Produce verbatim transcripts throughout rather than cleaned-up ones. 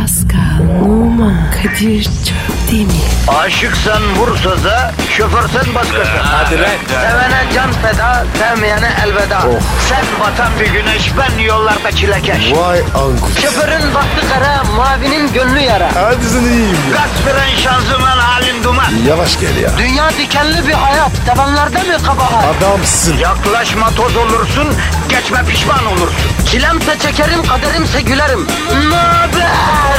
Pascal, Oman, Kadir çok değil mi? Aşıksan vursa da, şoförsen başkasın. Hadi lan. Sevene can feda, sevmeyene elveda. Sen batan bir güneş, ben yollarda çilekeş. Vay anku. Şoförün baktı kara, mavinin gönlü yara. Hadi sen iyiyim ya. Kasperen şanzıman halin duman. Yavaş gel ya. Dünya dikenli bir hayat, sevenlerde mi kabahar? Adamsın. Yaklaşma toz olursun, geçme pişman olursun. Çilemse çekerim, kaderimse gülerim. Möber!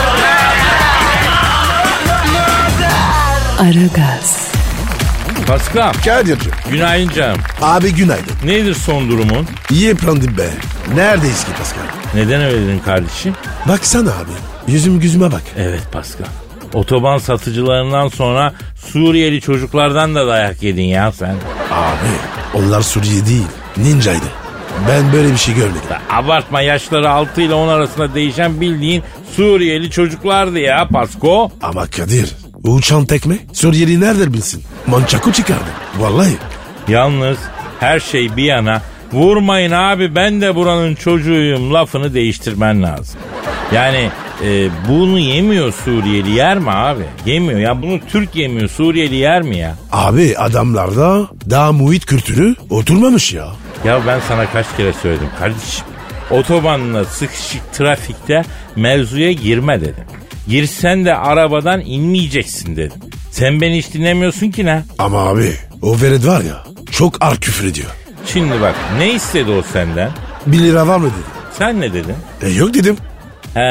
Aragaz, Pascal, Kadir'cim. günaydın canım. Abi günaydın. Nedir son durumun? İyi yıprandım be. Neredeyiz ki Pascal? Neden öyle dedin kardeşim? Baksana abi. Yüzüm gözüme bak. Evet Pascal. Otoban satıcılarından sonra Suriyeli çocuklardan da dayak yedin ya sen. Abi onlar Suriye değil. Ninjaydı. Ben böyle bir şey görmedim. Abartma, yaşları altı ile on arasında değişen bildiğin Suriyeli çocuklardı ya Pasko. Ama Kadir, uçan tekme Suriyeli nerede bilsin? Mançaku çıkardı. Vallahi. Yalnız her şey bir yana, vurmayın abi ben de buranın çocuğuyum lafını değiştirmen lazım. Yani e, bunu yemiyor Suriyeli, yer mi abi? Yemiyor ya, bunu Türk yemiyor, Suriyeli yer mi ya? Abi adamlarda daha muhit kültürü oturmamış ya. Ya ben sana kaç kere söyledim kardeşim. Otobanla sıkışık trafikte mevzuya girme dedim. Girsen de arabadan inmeyeceksin dedim. Sen beni hiç dinlemiyorsun ki ne? Ama abi o velet var ya çok ağır küfür ediyor. Şimdi bak, ne istedi o senden? Bir lira var mı dedi. Sen ne dedin? E yok dedim. He,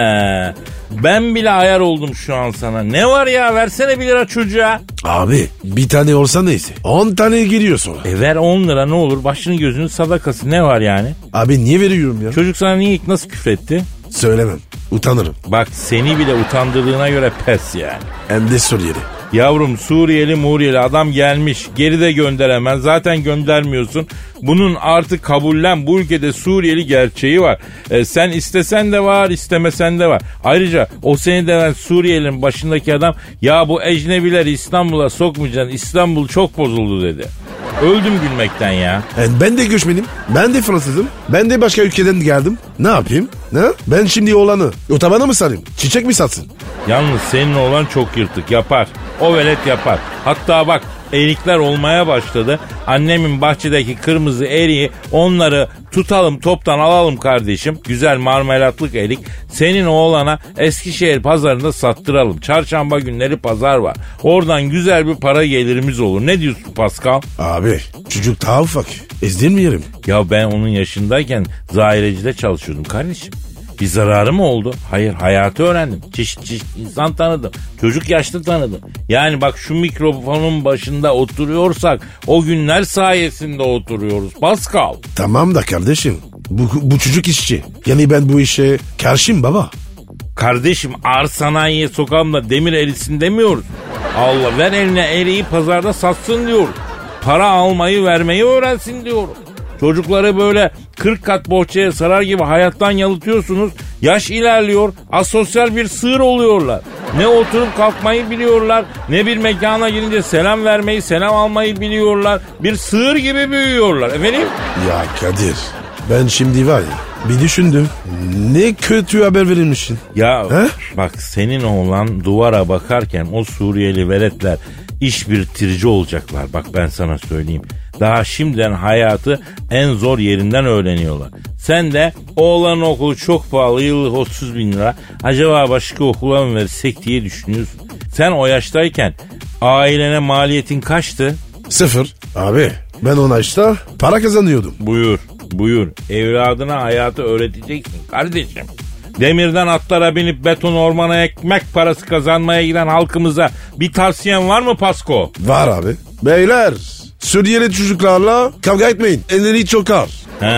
ben bile ayar oldum şu an sana. Ne var ya, versene bir lira çocuğa. Abi bir tane olsa neyse. On tane geliyor sonra. E ver on lira, ne olur, başını gözünün sadakası, ne var yani? Abi niye veriyorum ya? Çocuk sana niye ilk nasıl küfretti? Söylemem. Utanırım. Bak seni bile utandırdığına göre pes yani. Hem de Suriyeli. Yavrum, Suriyeli Muriyeli adam gelmiş, geri de gönderemez, zaten göndermiyorsun. Bunun artık kabullen, bu ülkede Suriyeli gerçeği var. E, sen istesen de var, istemesen de var. Ayrıca o seni deven Suriyeli'nin başındaki adam, ya bu ecnebileri İstanbul'a sokmayacaksın, İstanbul çok bozuldu dedi. Öldüm gülmekten ya. Yani ben de göçmenim. Ben de Fransızım. Ben de başka ülkeden geldim. Ne yapayım? Ne? Ben şimdi oğlanı otobana mı sarayım? Çiçek mi satsın? Yalnız senin oğlan çok yırtık, yapar. O velet yapar. Hatta bak, erikler olmaya başladı. Annemin bahçedeki kırmızı eriği, onları tutalım toptan alalım kardeşim. Güzel marmelatlık erik. Senin oğlana Eskişehir pazarında sattıralım. Çarşamba günleri pazar var. Oradan güzel bir para gelirimiz olur. Ne diyorsun Pascal? Abi çocuk daha ufak. Ezdirmeyelim. Ya ben onun yaşındayken zahirecide çalışıyordum kardeşim. Bir zararı mı oldu? Hayır, hayatı öğrendim. Çeşit çeşit insan tanıdım. Çocuk yaşta tanıdım. Yani bak, şu mikrofonun başında oturuyorsak o günler sayesinde oturuyoruz Pascal. Tamam da kardeşim. Bu, bu çocuk işçi. Yani ben bu işe karşıyım baba. Kardeşim, ağır sanayiye sokalım da demir erisin demiyoruz. Allah, ver eline eriği pazarda satsın diyoruz. Para almayı vermeyi öğrensin diyoruz. Çocukları böyle kırk kat bohçaya sarar gibi hayattan yalıtıyorsunuz. Yaş ilerliyor, asosyal bir sığır oluyorlar. Ne oturup kalkmayı biliyorlar, ne bir mekana girince selam vermeyi, selam almayı biliyorlar. Bir sığır gibi büyüyorlar efendim. Ya Kadir, ben şimdi var ya bir düşündüm. Ne kötü haber verilmişsin. Ya He? bak, senin oğlan duvara bakarken o Suriyeli veletler iş bitirici olacaklar. Bak ben sana söyleyeyim. Daha şimdiden hayatı en zor yerinden öğreniyorlar. Sen de oğlanın okulu çok pahalı, yıllık otuz bin lira. Acaba başka okula mı versek diye düşünüyorsun. Sen o yaştayken ailene maliyetin kaçtı? Sıfır. Abi ben ona işte para kazanıyordum. Buyur, buyur. Evladına hayatı öğreteceksin kardeşim. Demirden atlara binip beton ormana ekmek parası kazanmaya giden halkımıza bir tavsiyen var mı Pasko? Var abi. Beyler, Suriyeli çocuklarla kavga etmeyin. Elleri çok ağır.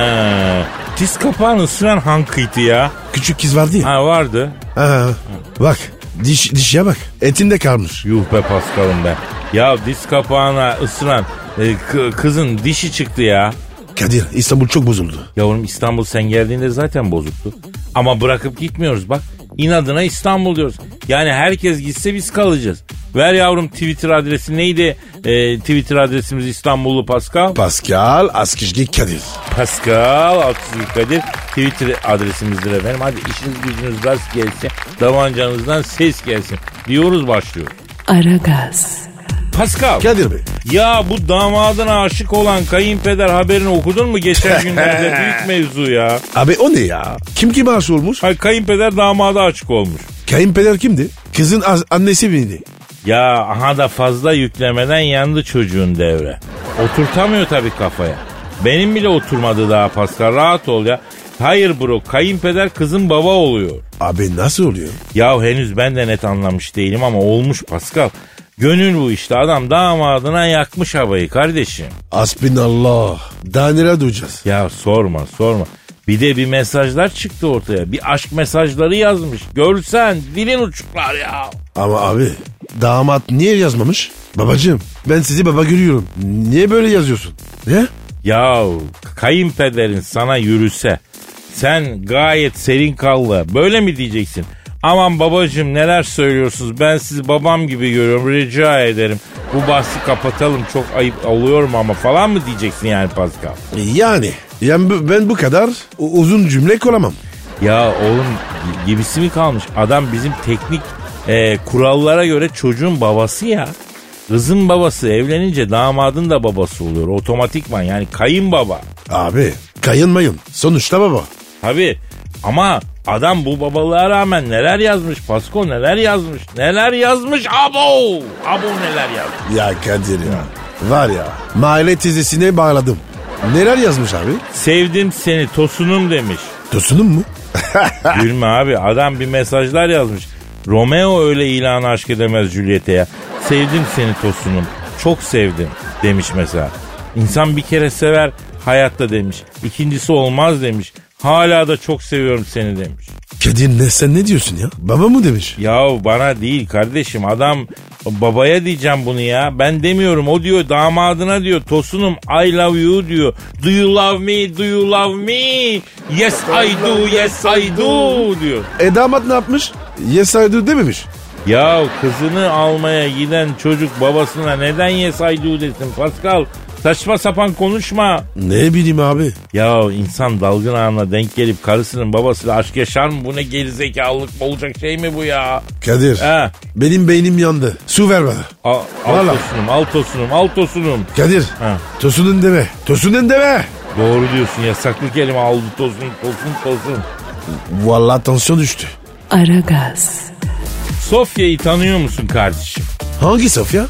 He, diz kapağını ısıran hankıydı ya. Küçük kız vardı ya. Ha, vardı. Ha, bak diş dişe bak. Etinde kalmış. Yuh be Paskal'ım be. Ya diz kapağına ısıran e, k- kızın dişi çıktı ya. Kadir, İstanbul çok bozuldu. Yavrum, İstanbul sen geldiğinde zaten bozuktu. Ama bırakıp gitmiyoruz bak. İnadına İstanbul diyoruz. Yani herkes gitse biz kalacağız. Ver yavrum Twitter adresi neydi? E, Twitter adresimiz İstanbullu Pascal. Pascal Askizgi Kadir. Pascal Askizgi Kadir Twitter adresimizdir efendim. Hadi işiniz gücünüz rast gelsin. Davancanızdan ses gelsin. Diyoruz, başlıyor. Aragaz. Pascal. Kadir Bey. Ya bu damadına aşık olan kayınpeder haberini okudun mu? Geçen günlerde büyük mevzu ya. Abi o ne ya? Kim kime aşık olmuş? Ay, kayınpeder damada aşık olmuş. Kayınpeder kimdi? Kızın az- annesi miydi? Ya aha da fazla yüklemeden yandı çocuğun devre. Oturtamıyor tabii kafaya. Benim bile oturmadı daha Pascal, rahat ol ya. Hayır bro, kayınpeder kızın baba oluyor. Abi nasıl oluyor? Ya henüz ben de net anlamış değilim ama olmuş Pascal. Gönül bu işte, adam damadına yakmış havayı kardeşim. Hasbinallah. Daha neler duyacağız? Ya sorma sorma. Bir de bir mesajlar çıktı ortaya. Bir aşk mesajları yazmış. Görsen dilin uçuklar ya. Ama abi damat niye yazmamış? Babacığım ben sizi baba görüyorum. Niye böyle yazıyorsun? Ne? Ya kayınpederin sana yürüse, sen gayet serin kallı böyle mi diyeceksin? Aman babacığım neler söylüyorsunuz, ben sizi babam gibi görüyorum, rica ederim bu bahsi kapatalım, çok ayıp oluyorum ama falan mı diyeceksin yani Pascal? Yani, yani bu- ben bu kadar u- uzun cümle kuramam. Ya oğlum gibisi mi kalmış? Adam bizim teknik e, kurallara göre çocuğun babası ya. Kızın babası evlenince damadın da babası oluyor otomatikman, yani kayınbaba. Abi kayınmayın sonuçta baba. Tabii ama adam bu babalığa rağmen neler yazmış Pasko, neler yazmış neler yazmış abo abo neler yazmış. Ya Kadir ya var ya mahalle teyzesine bağladım. Neler yazmış abi? Sevdim seni tosunum demiş. Tosunum mu? Gülme abi, adam bir mesajlar yazmış. Romeo öyle ilanı aşk edemez Juliet'e ya. Sevdim seni tosunum, çok sevdim demiş mesela. İnsan bir kere sever hayatta demiş. İkincisi olmaz demiş. Hala da çok seviyorum seni demiş. Kadir ne sen ne diyorsun ya? Baba mı demiş? Ya bana değil kardeşim, adam babaya diyeceğim bunu ya. Ben demiyorum, o diyor damadına diyor. Tosunum I love you diyor. Do you love me, do you love me? Yes I do, yes I do diyor. E damat ne yapmış? Yes I do dememiş. Ya kızını almaya giden çocuk babasına neden yes I do desin Pascal? Saçma sapan konuşma. Ne bileyim abi. Ya insan dalgın anına denk gelip karısının babasıyla aşk yaşar mı? Bu ne gerizekalılık olacak şey mi bu ya? Kadir He. benim beynim yandı. Su ver bana. Al, al Vallahi. tosunum, al tosunum, al tosunum. Kadir Ha. tosunun deme. Tosunun deme. Doğru diyorsun, yasaklı kelime aldı tosun, tosun, tosun. Vallahi tansiyon düştü. Aragaz. Sofya'yı tanıyor musun kardeşim? Hangi Sofya?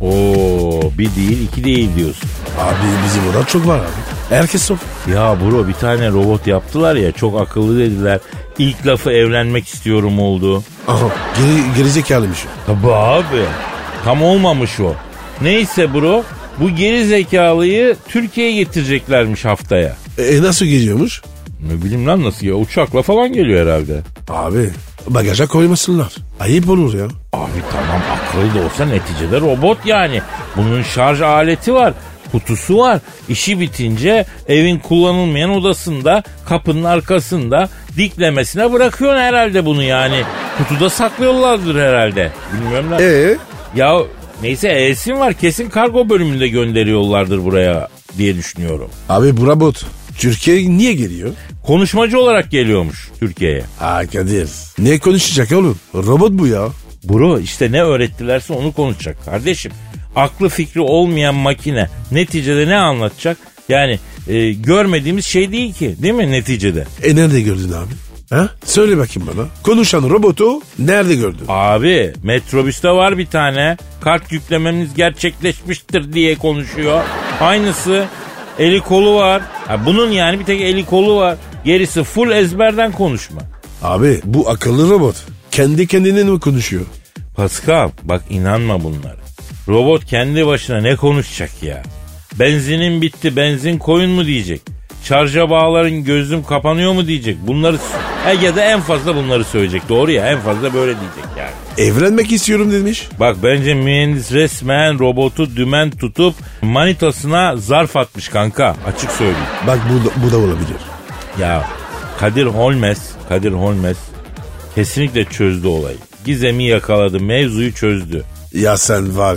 Oo, bir değil iki değil diyorsun. Abi bizim orada çok var abi. Herkes Sofya. Ya bro, bir tane robot yaptılar ya, çok akıllı dediler. İlk lafı evlenmek istiyorum oldu. Aha geri, gerizekalıymış o. Tabii abi. Tam olmamış o. Neyse bro, bu geri zekalıyı Türkiye'ye getireceklermiş haftaya. E nasıl geliyormuş? Ne bileyim lan nasıl ya, uçakla falan geliyor herhalde. Abi bagaja koymasınlar. Ayıp olur ya. Abi tamam, akıllı da olsa neticede robot yani. Bunun şarj aleti var, kutusu var. İşi bitince evin kullanılmayan odasında, kapının arkasında diklemesine bırakıyorsun herhalde bunu yani. Kutuda saklıyorlardır herhalde. Bilmiyorum lan. Ee? Ya neyse, E'sin var, kesin kargo bölümünde gönderiyorlardır buraya diye düşünüyorum. Abi bu robot Türkiye'ye niye geliyor? Konuşmacı olarak geliyormuş Türkiye'ye. Ha Kadir. Ne konuşacak oğlum? Robot bu ya. Bro işte ne öğrettilerse onu konuşacak kardeşim. Aklı fikri olmayan makine neticede ne anlatacak? Yani e, görmediğimiz şey değil ki, değil mi neticede? E nerede gördün abi? Ha? Söyle bakayım bana. Konuşan robotu nerede gördün? Abi metrobüste var bir tane, kart yüklemeniz gerçekleşmiştir diye konuşuyor. Aynısı, eli kolu var. Ha, bunun yani bir tek eli kolu var. Gerisi full ezberden konuşma. Abi bu akıllı robot. Kendi kendine mi konuşuyor? Pascal bak, inanma bunlara. Robot kendi başına ne konuşacak ya? Benzinin bitti, benzin koyun mu diyecek? Şarja bağların, gözüm kapanıyor mu diyecek? Bunları ya da en fazla bunları söyleyecek. Doğru ya, en fazla böyle diyecek yani. Evlenmek istiyorum demiş. Bak bence mühendis resmen robotu dümen tutup manitasına zarf atmış kanka. Açık söyleyeyim. Bak bu da, bu da olabilir. Ya Kadir Holmes, Kadir Holmes kesinlikle çözdü olayı. Gizemi yakaladı, mevzuyu çözdü. Ya sen var ya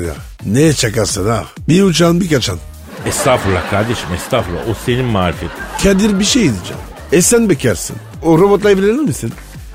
Ne çakarsın ha? Bir uçan bir kaçan. Estağfurullah kardeşim, estağfurullah. O senin marifet. Kadir bir şey diyeceğim. E sen bekarsın. O robotla evlenir misin?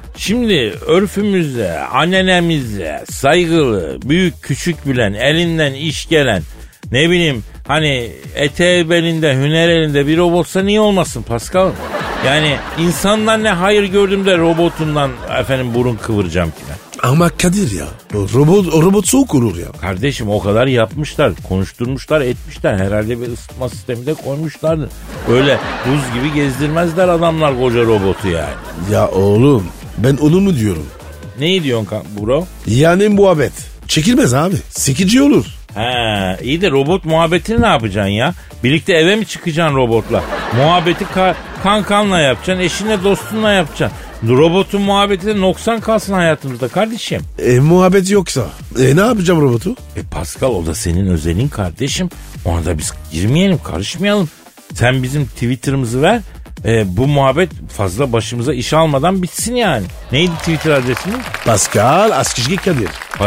Şimdi örfümüzde, ananemizde saygılı, büyük küçük bilen, elinden iş gelen, ne bileyim hani eteği belinde, hüner elinde bir robotsa niye olmasın Pascal? Yani insandan ne hayır gördüm de robotundan efendim burun kıvıracağım ki ben. Ama Kadir ya, o robot, o robot soğuk olur ya. Kardeşim o kadar yapmışlar, konuşturmuşlar, etmişler. Herhalde bir ısıtma sistemi de koymuşlardır. Öyle buz gibi gezdirmezler adamlar koca robotu yani. Ya oğlum ben onu mu diyorum? Ne diyorsun bro? Yani muhabbet. Çekilmez abi. Sikici olur. He, iyi de robot muhabbetini ne yapacaksın ya? Birlikte eve mi çıkacaksın robotla? Muhabbeti ka- kankanla yapacaksın, eşinle dostunla yapacaksın. Robotun muhabbeti de noksan kalsın hayatımızda kardeşim. E muhabbet yoksa? E ne yapacağım robotu? E Pascal o da senin özelin kardeşim. Ona da biz girmeyelim, karışmayalım. Sen bizim Twitter'ımızı ver. E, bu muhabbet fazla başımıza iş almadan bitsin yani. Neydi Twitter adresimiz? Pascal Askizgi Kadir.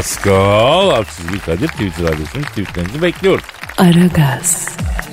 Pascal Askizgi Kadir Twitter adresimiz. Tweetlerinizi bekliyoruz. Aragaz.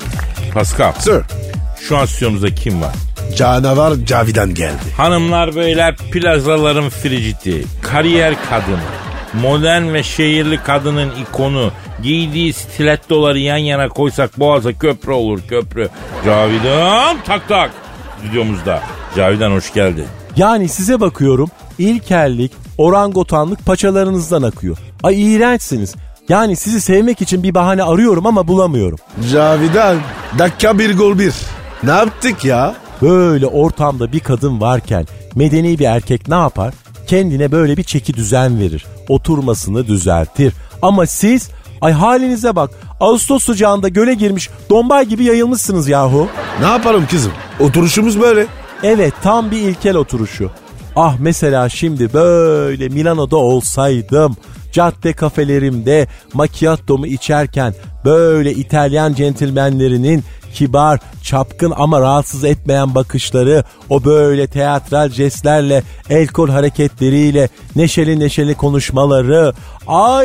Pascal. Sir. Şu an stüdyomuzda kim var? Canavar Cavidan geldi. Hanımlar beyler, plazaların friciti, kariyer kadını, modern ve şehirli kadının ikonu, giydiği stilettoları yan yana koysak boğaza köprü olur köprü. Cavidan tak tak stüdyomuzda. Cavidan hoş geldin. Yani size bakıyorum, ilkellik, orangotanlık paçalarınızdan akıyor. Ay iğrençsiniz. Yani sizi sevmek için bir bahane arıyorum ama bulamıyorum. Cavidan dakika bir gol bir. Ne yaptık ya? Böyle ortamda bir kadın varken medeni bir erkek ne yapar? Kendine böyle bir çeki düzen verir. Oturmasını düzeltir. Ama siz, ay halinize bak. Ağustos sıcağında göle girmiş dombay gibi yayılmışsınız yahu. Ne yaparım kızım? Oturuşumuz böyle. Evet, tam bir ilkel oturuşu. Ah mesela şimdi böyle Milano'da olsaydım, cadde kafelerimde macchiato'mu içerken böyle İtalyan centilmenlerinin kibar, çapkın ama rahatsız etmeyen bakışları, o böyle teatral jestlerle, el kol hareketleriyle, neşeli neşeli konuşmaları. Ay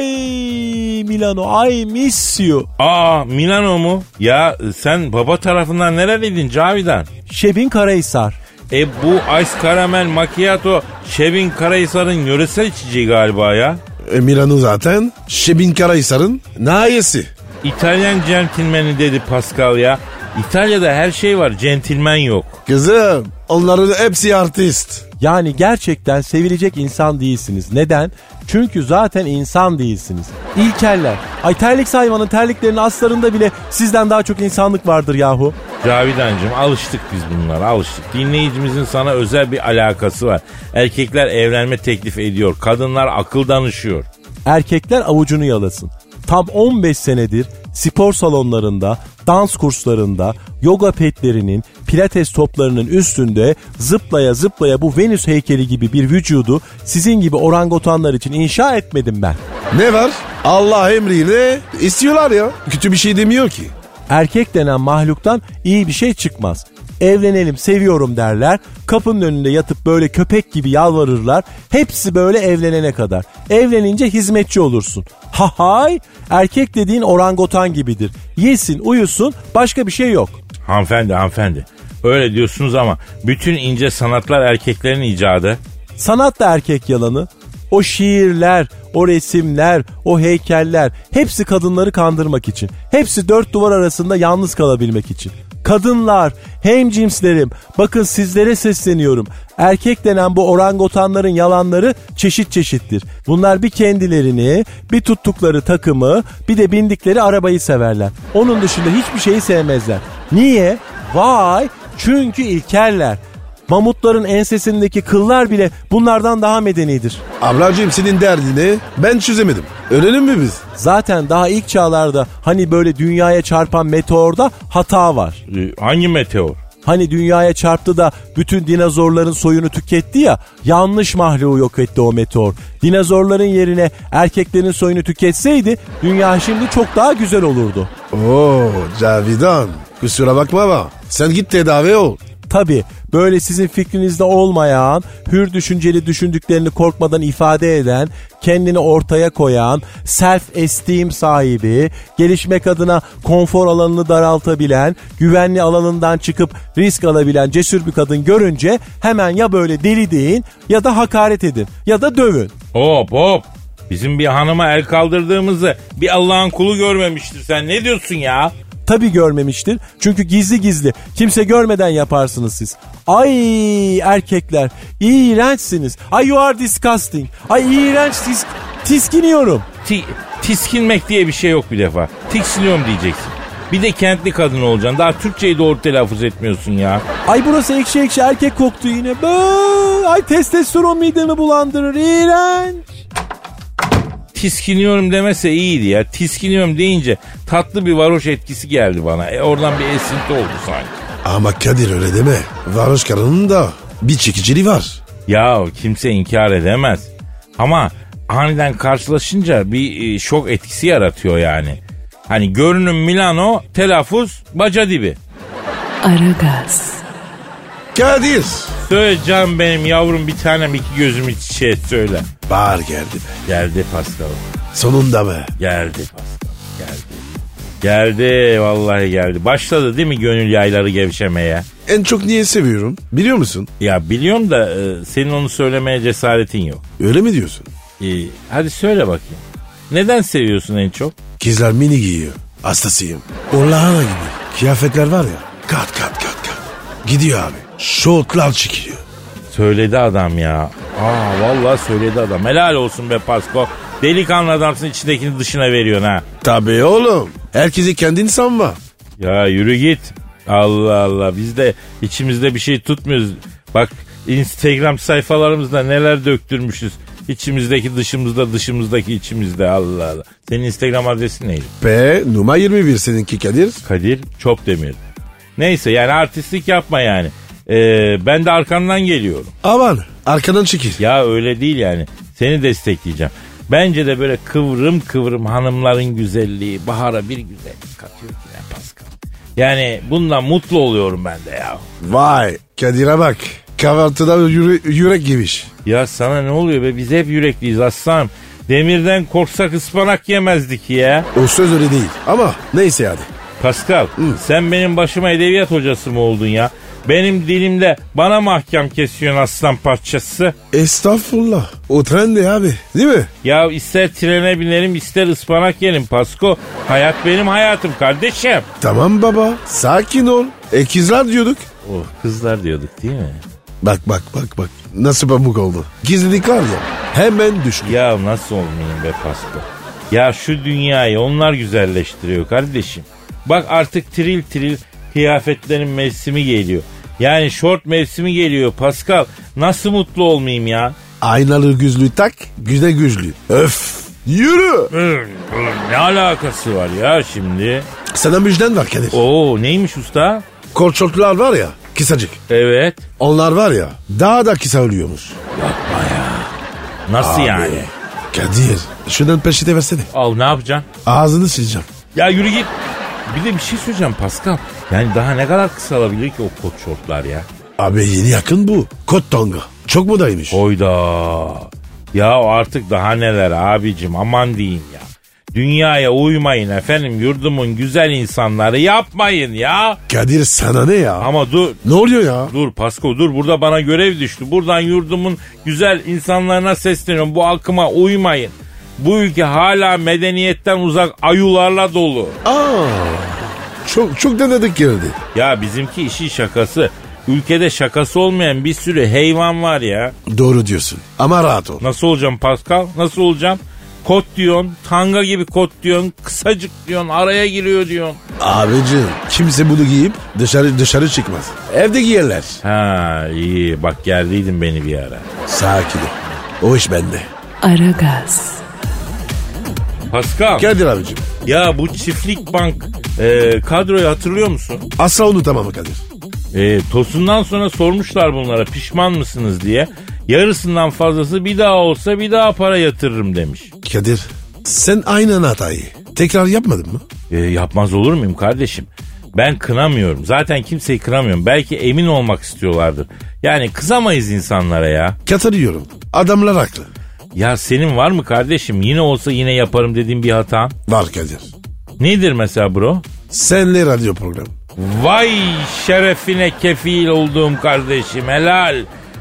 Milano, ay miss you. Aa Milano mu? Ya sen baba tarafından nereliydin Cavidan? Şebin Karahisar. E bu Ice Caramel Macchiato Şebin Karahisar'ın yöresel içeceği galiba ya. E Milano zaten Şebin Karahisar'ın nahiyesi. İtalyan centilmeni dedi Pascal ya. İtalya'da her şey var, centilmen yok. Kızım onların hepsi artist. Yani gerçekten sevilecek insan değilsiniz. Neden? Çünkü zaten insan değilsiniz. İlkeller. Ay terlik hayvanın terliklerinin aslarında bile sizden daha çok insanlık vardır yahu. Cavidancığım alıştık biz bunlara, alıştık. Dinleyicimizin sana özel bir alakası var. Erkekler evlenme teklif ediyor, kadınlar akıl danışıyor. Erkekler avucunu yalasın. Tam on beş senedir spor salonlarında, dans kurslarında, yoga petlerinin, pilates toplarının üstünde zıplaya zıplaya bu Venüs heykeli gibi bir vücudu sizin gibi orangotanlar için inşa etmedim ben. Ne var? Allah emriyle istiyorlar ya. Kötü bir şey demiyor ki. Erkek denen mahluktan iyi bir şey çıkmaz. Evlenelim, seviyorum derler. Kapının önünde yatıp böyle köpek gibi yalvarırlar. Hepsi böyle evlenene kadar. Evlenince hizmetçi olursun. Ha hay! Erkek dediğin orangotan gibidir. Yesin, uyusun, başka bir şey yok. Hanımefendi, hanımefendi. Öyle diyorsunuz ama bütün ince sanatlar erkeklerin icadı. Sanat da erkek yalanı. O şiirler, o resimler, o heykeller hepsi kadınları kandırmak için. Hepsi dört duvar arasında yalnız kalabilmek için. Kadınlar, hemcimslerim, bakın sizlere sesleniyorum. Erkek denen bu orangotanların yalanları çeşit çeşittir. Bunlar bir kendilerini, bir tuttukları takımı, bir de bindikleri arabayı severler. Onun dışında hiçbir şeyi sevmezler. Niye? Vay! Çünkü ilkeller. Mamutların ensesindeki kıllar bile bunlardan daha medenidir. Ablacığım senin derdini ben çözemedim. Ölelim mi biz? Zaten daha ilk çağlarda hani böyle dünyaya çarpan meteorda hata var. Ee, hangi meteor? Hani dünyaya çarptı da bütün dinozorların soyunu tüketti ya, yanlış mahluğu yok etti o meteor. Dinozorların yerine erkeklerin soyunu tüketseydi dünya şimdi çok daha güzel olurdu. Oo Cavidan kusura bakma ama sen git tedavi ol. Tabii böyle sizin fikrinizde olmayan, hür düşünceli düşündüklerini korkmadan ifade eden, kendini ortaya koyan, self-esteem sahibi, gelişmek adına konfor alanını daraltabilen, güvenli alanından çıkıp risk alabilen cesur bir kadın görünce hemen ya böyle deli deyin ya da hakaret edin ya da dövün. Hop hop. Bizim bir hanıma el kaldırdığımızı bir Allah'ın kulu görmemiştir. Sen ne diyorsun ya? Tabii görmemiştir. Çünkü gizli gizli. Kimse görmeden yaparsınız siz. Ay erkekler iğrençsiniz. Ay you are disgusting. Ay iğrenç tis, tiskiniyorum. Ti, tiskinmek diye bir şey yok bir defa. Tiksiniyorum diyeceksin. Bir de kentli kadın olacaksın. Daha Türkçeyi doğru telaffuz etmiyorsun ya. Ay burası ekşi ekşi erkek koktu yine. Bıı, ay testosteron midemi bulandırır. İğrenç. Tiskiniyorum demese iyiydi ya. Tiskiniyorum deyince tatlı bir varoş etkisi geldi bana. E oradan bir esinti oldu sanki. Ama Kadir öyle deme. Varoş karının da bir çekiciliği var. Ya kimse inkar edemez. Ama aniden karşılaşınca bir şok etkisi yaratıyor yani. Hani görünüm Milano, telaffuz baca dibi. Aragaz. Kadir. Söyle canım benim yavrum bir tanem iki gözümü çiçeğe söyle. Bahar geldi be. Geldi Pascal. Sonunda be. Geldi Pascal. Geldi. Geldi vallahi geldi. Başladı değil mi gönül yayları gevşemeye? En çok niye seviyorum biliyor musun? Ya biliyorum da e, senin onu söylemeye cesaretin yok. Öyle mi diyorsun? E, hadi söyle bakayım. Neden seviyorsun en çok? Kızlar mini giyiyor. Hastasıyım. O lahana gibi. Kıyafetler var ya. Kat kat kat kat. Gidiyor abi. Şortlar çıkıyor. Söyledi adam ya. Aa vallahi söyledi adam. Helal olsun be Pasko. Delikanlı adamsın içindekini dışına veriyorsun ha. Tabii oğlum. Herkesi kendini sanma. Ya yürü git. Allah Allah biz de içimizde bir şey tutmuyoruz. Bak Instagram sayfalarımızda neler döktürmüşüz. İçimizdeki dışımızda dışımızdaki içimizde Allah Allah. Senin Instagram adresin neydi? P numara yirmi bir seninki Kadir. Kadir Çopdemir. Neyse yani artistlik yapma yani. Ee, ben de arkandan geliyorum. Aman arkadan çekil. Ya öyle değil yani. Seni destekleyeceğim. Bence de böyle kıvrım kıvrım hanımların güzelliği bahara bir güzellik katıyor ki ne Pascal. Yani bundan mutlu oluyorum ben de ya. Vay Kadir'e bak. Kahvaltıda yüre- yürek giymiş. Ya sana ne oluyor be biz hep yürekliyiz aslanım. Demirden korksak ıspanak yemezdik ya. O söz öyle değil ama neyse hadi. Pascal Hı. sen benim başıma edebiyat hocası mı oldun ya? Benim dilimde bana mahkem kesiyorsun aslan parçası. Estağfurullah. O trendi abi değil mi? Ya ister trene binelim ister ıspanak yiyelim Pasko. Hayat benim hayatım kardeşim. Tamam baba sakin ol. E kızlar diyorduk. Oh kızlar diyorduk değil mi? Bak bak bak bak. Nasıl pamuk oldu. Gizlilik var ya hemen düştü. Ya nasıl olmayayım be Pasko? Ya şu dünyayı onlar güzelleştiriyor kardeşim. Bak artık tril tril kıyafetlerin mevsimi geliyor. Yani şort mevsimi geliyor Pascal. Nasıl mutlu olmayayım ya? Aynalı gözlüğü tak, güzel gözlüğü. Öf! Yürü! Ne alakası var ya şimdi? Sana müjden var Kadir. Oo neymiş usta? Kolçotlar var ya, kısacık. Evet. Onlar var ya, daha da kısa ölüyormuş. Yapma ya. Nasıl Abi, yani? Kadir, şundan peşite versene. Al ne yapacaksın? Ağzını sileceğim. Ya yürü git. Bir de bir şey söyleyeceğim Pascal. Yani daha ne kadar kısalabilir ki o kot şortlar ya? Abi yeni yakın bu. Kot tonga. Çok modaymış. Oyda. Ya artık daha neler abicim aman diyeyim ya. Dünyaya uymayın efendim yurdumun güzel insanları yapmayın ya. Kadir sana ne ya? Ama dur. Ne oluyor ya? Dur Pasko dur burada bana görev düştü. Buradan yurdumun güzel insanlarına sesleniyorum. Bu akıma uymayın. Bu ülke hala medeniyetten uzak ayularla dolu. Aa, çok çok denedik geldi. Ya bizimki işin şakası. Ülkede şakası olmayan bir sürü hayvan var ya. Doğru diyorsun ama rahat ol. Nasıl olacağım Pascal? Nasıl olacağım? Kot diyorsun, tanga gibi kot diyorsun, kısacık diyorsun, araya giriyor diyorsun. Abicim kimse bunu giyip dışarı dışarı çıkmaz. Evde giyerler. Ha iyi bak geldiydin beni bir ara. Sakin ol. O iş bende. Aragaz. Pascal. Kadir abicim. Ya bu çiftlik bank e, kadroyu hatırlıyor musun? Asla unutamam Kadir. E, Tosun'dan sonra sormuşlar bunlara pişman mısınız diye. Yarısından fazlası bir daha olsa bir daha para yatırırım demiş. Kadir sen aynı hatayı tekrar yapmadın mı? E, yapmaz olur muyum kardeşim? Ben kınamıyorum. Zaten kimseyi kınamıyorum. Belki emin olmak istiyorlardır. Yani kızamayız insanlara ya. Katılıyorum. Adamlar haklı. Ya senin var mı kardeşim? Yine olsa yine yaparım dediğin bir hatan. Var Kadir. Nedir mesela bro? Senle radyo programı. Vay şerefine kefil olduğum kardeşim, helal.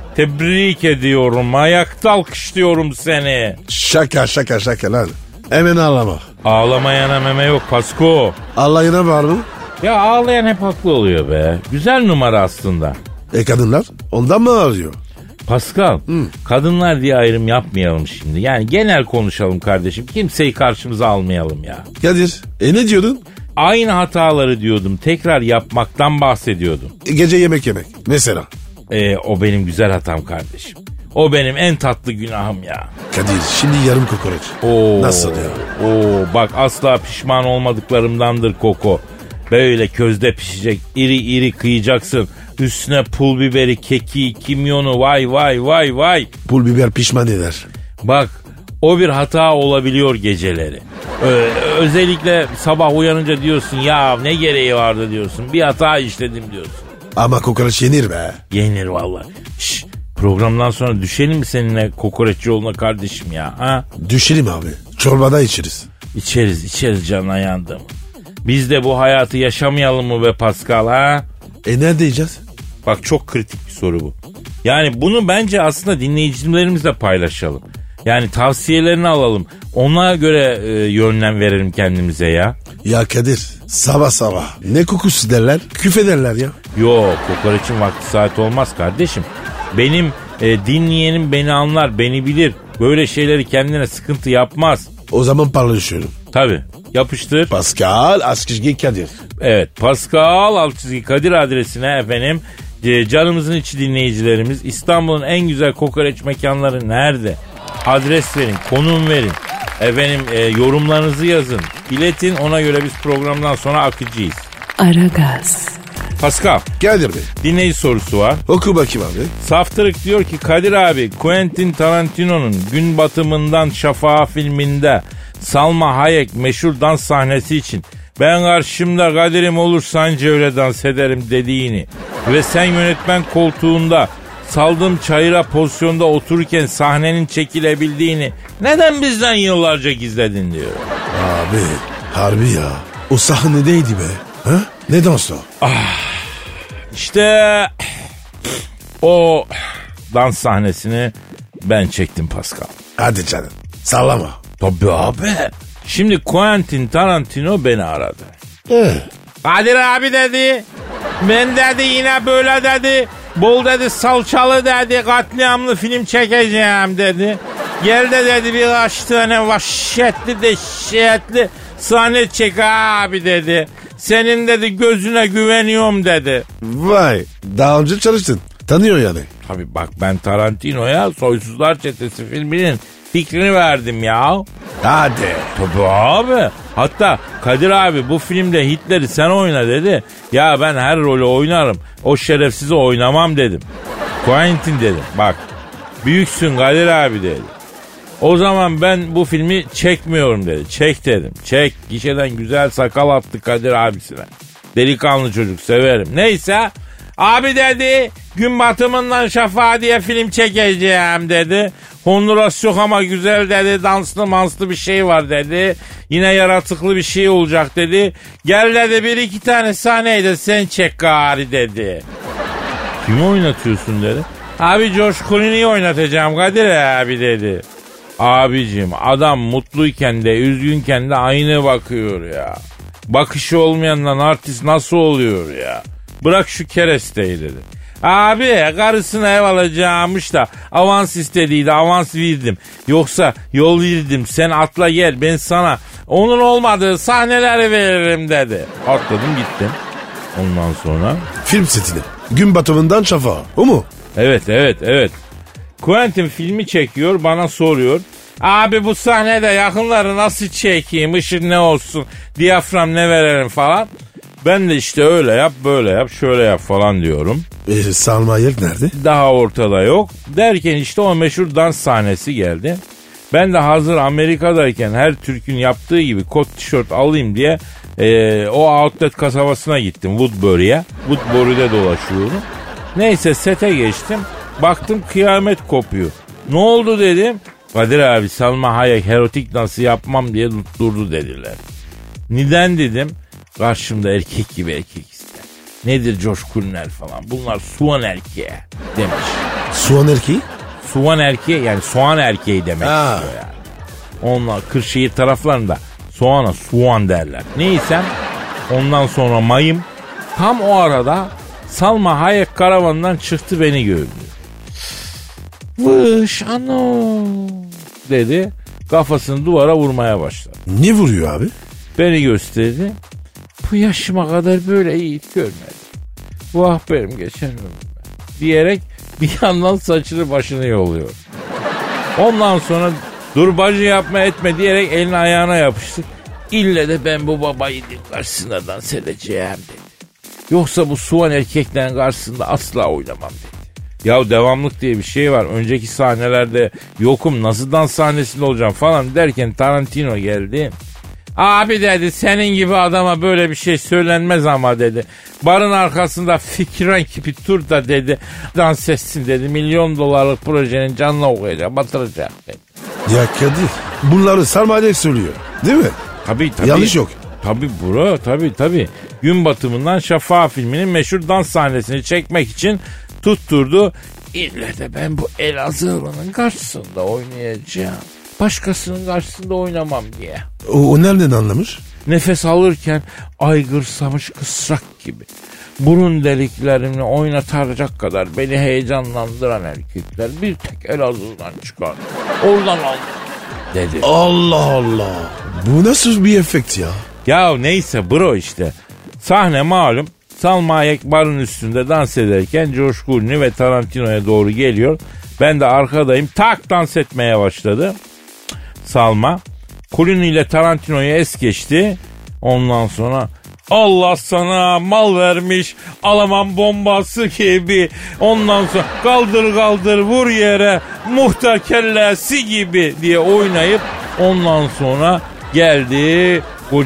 Tebrik ediyorum. Ayakta alkışlıyorum seni. Şaka şaka şaka lan. Hemen ağlama. Ağlamayana meme yok Pasko. Allah'ına var mı? Ya ağlayan hep haklı oluyor be. Güzel numara aslında. E kadınlar ondan mı ağlıyor? Pascal, hmm. kadınlar diye ayrım yapmayalım şimdi. Yani genel konuşalım kardeşim. Kimseyi karşımıza almayalım ya. Kadir, e ne diyordun? Aynı hataları diyordum. Tekrar yapmaktan bahsediyordum. E, gece yemek yemek mesela. E, o benim güzel hatam kardeşim. O benim en tatlı günahım ya. Kadir, şimdi yarım kokoreç. Oo, nasıl ya? Oo, bak asla pişman olmadıklarımdandır Koko. Böyle közde pişecek, iri iri kıyacaksın. Üstüne pul biberi, keki, kimyonu, vay vay vay vay. Pul biber pişman eder. Bak o bir hata olabiliyor geceleri. Ee, özellikle sabah uyanınca diyorsun ya ne gereği vardı diyorsun. Bir hata işledim diyorsun. Ama kokoreç yenir be. Yenir vallahi. Şşş, programdan sonra düşelim mi seninle kokoreç yoluna kardeşim ya? Ha? Düşelim abi. Çorbada içeriz. İçeriz içeriz canına yandım. Biz de bu hayatı yaşamayalım mı be Pascal ha? E nerede yiyeceğiz? Bak çok kritik bir soru bu. Yani bunu bence aslında dinleyicilerimizle paylaşalım. Yani tavsiyelerini alalım. Ona göre e, yönlem verelim kendimize ya. Ya Kadir sabah sabah ne kokusu derler? Küfederler ya. Yok kokoreçin vakti saat olmaz kardeşim. Benim e, dinleyenim beni anlar, beni bilir. Böyle şeyleri kendine sıkıntı yapmaz. O zaman paylaşıyorum. Tabii. Yapıştır. Pascal Askışgi Kadir. Evet, Pascal Askışgi Kadir adresine efendim e, canımızın içi dinleyicilerimiz İstanbul'un en güzel kokoreç mekanları nerede? Adres verin, konum verin. Efendim e, yorumlarınızı yazın. İletin, ona göre biz programdan sonra akıcıyız. Aragaz. Pascal. Kadir Bey. Dinleyici sorusu var. Oku bakayım abi. Saftırık diyor ki Kadir abi Quentin Tarantino'nun Gün Batımından Şafağı filminde Salma Hayek meşhur dans sahnesi için ben karşımda Kadir'im olursa anca öyle dans ederim dediğini ve sen yönetmen koltuğunda saldım çayıra pozisyonda otururken sahnenin çekilebildiğini neden bizden yıllarca gizledin diyor. Abi harbi ya o sahnedeydi be. Ha? Ne dansı o? Ah, işte o dans sahnesini ben çektim Pascal. Hadi canım sallama. Tabii abi. Şimdi Quentin Tarantino beni aradı. Ee? Kadir abi dedi. Ben dedi yine böyle dedi. Bol dedi salçalı dedi. Katliamlı film çekeceğim dedi. Gel de dedi birkaç tane vahşetli dehşetli sahne çek abi dedi. Senin dedi gözüne güveniyorum dedi. Vay daha önce çalıştın. Tanıyor yani. Tabii bak ben Tarantino'ya Soysuzlar Çetesi filminin fikrini verdim ya. Hadi. Tabii abi. Hatta Kadir abi bu filmde Hitler'i sen oyna dedi. Ya ben her rolü oynarım. O şerefsizi oynamam dedim. Quentin dedim. Bak büyüksün Kadir abi dedi. O zaman ben bu filmi çekmiyorum dedi. Çek dedim. Çek. Gişeden güzel sakal attı Kadir abisine. Delikanlı çocuk severim. Neyse. Abi dedi Gün Batımından Şafağı diye film çekeceğim dedi. Honduras yok ama güzel dedi. Danslı manslı bir şey var dedi. Yine yaratıklı bir şey olacak dedi. Gel dedi bir iki tane sahneyi de sen çek gari dedi. Kimi oynatıyorsun dedi. Abi George Clooney'i oynatacağım Kadir abi dedi. Abicim adam mutluyken de üzgünken de aynı bakıyor ya. Bakışı olmayandan artist nasıl oluyor ya? Bırak şu keresteyi dedi. Abi karısına ev alacağımış da avans istediydi, avans verdim. Yoksa yol verdim, sen atla gel ben sana onun olmadığı sahneleri veririm dedi. Atladım gittim. Ondan sonra film setine Gün Batımından Şafağı o mu? Evet evet evet. Quentin filmi çekiyor, bana soruyor. Abi bu sahnede yakınları nasıl çekeyim, ışık ne olsun, diyafram ne verelim falan. Ben de işte öyle yap, böyle yap, şöyle yap falan diyorum. E, Salma Hayek nerede? Daha ortada yok. Derken işte o meşhur dans sahnesi geldi. Ben de hazır Amerika'dayken her Türk'ün yaptığı gibi kot tişört alayım diye Ee, o outlet kasabasına gittim, Woodbury'e. Woodbury'de dolaşıyorum. Neyse sete geçtim. Baktım kıyamet kopuyor. Ne oldu dedim. Kadir abi Salma Hayek erotik dansı yapmam diye tutturdu dediler. Neden dedim. Karşımda erkek gibi erkek ister. Nedir coşkunlar falan. Bunlar soğan erkeği demiş. Soğan erkeği? Soğan erkeği yani soğan erkeği demek Ha. istiyor yani. Onlar Kırşehir taraflarında soğana soğan derler. Neysem ondan sonra mayım. Tam o arada Salma Hayek karavanından çıktı, beni gördü. Vış ano dedi. Kafasını duvara vurmaya başladı. Ne vuruyor abi? Beni gösterdi. Bu yaşıma kadar böyle yiğit görmedim. Vah benim geçen ömrüm diyerek bir yandan saçını başını yoluyor. Ondan sonra dur bacı yapma etme diyerek elini ayağına yapıştı. İlle de ben bu babayı karşısında dans edeceğim dedi. Yoksa bu soğan erkeklerin karşısında asla oynamam dedi. Ya devamlık diye bir şey var. Önceki sahnelerde yokum, nasıl dans sahnesinde olacağım falan derken Tarantino geldi. Abi dedi, senin gibi adama böyle bir şey söylenmez ama dedi. Barın arkasında Fikren gibi tur da dedi. Dans etsin dedi. Milyon dolarlık projenin canına okuyacak, batıracak dedi. Ya Kadir, bunları Salma Hayek söylüyor değil mi? Tabii tabii. Yanlış yok. Tabii bro, tabii tabii. Gün batımından Şafak filminin meşhur dans sahnesini çekmek için tutturdu. İlle de ben bu Elazığlı'nın karşısında oynayacağım. Başkasının karşısında oynamam diye. O, o nereden anlamış? Nefes alırken aygırsamış kısrak gibi. Burun deliklerini oynatacak kadar beni heyecanlandıran erkekler bir tek Elazığ'dan çıkar. Oradan al dedi. Allah Allah. Bu nasıl bir efekt ya? Ya neyse bro işte. Sahne malum. Salma Hayek barın üstünde dans ederken George Clooney ve Tarantino'ya doğru geliyor. Ben de arkadayım. Tak dans etmeye başladı. Salma. Clooney ile Tarantino'yu es geçti. Ondan sonra Allah sana mal vermiş Alman bombası gibi. Ondan sonra kaldır kaldır vur yere muhtar kellesi gibi diye oynayıp ondan sonra geldi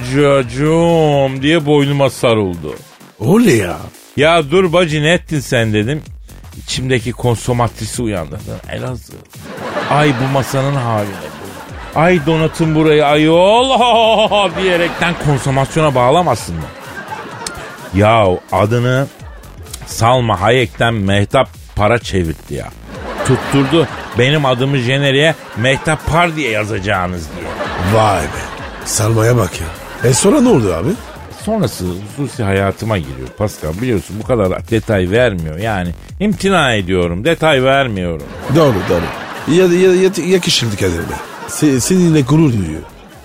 kocacığım diye boynuma sarıldı. Oley ya. Ya dur bacı ne ettin sen dedim. İçimdeki konsomatrisi uyandırdı. Elazığ. Ay bu masanın haline bu. Ay donatın burayı ayol diyerekten konsomasyona bağlamasın mı? Ya adını Salma Hayek'ten Mehtap Para çevirdi ya. Tutturdu benim adımı jeneriğe Mehtap Par diye yazacağınız diye. Vay be. Salma'ya bak ya. E sonra ne oldu abi? Sonrası hususi hayatıma giriyor Pascal, biliyorsun bu kadar detay vermiyor yani imtina ediyorum, detay vermiyorum. Doğru doğru. Ya, ya, ya, yakışırdı Kadir Bey. Se, seninle gurur duyuyor.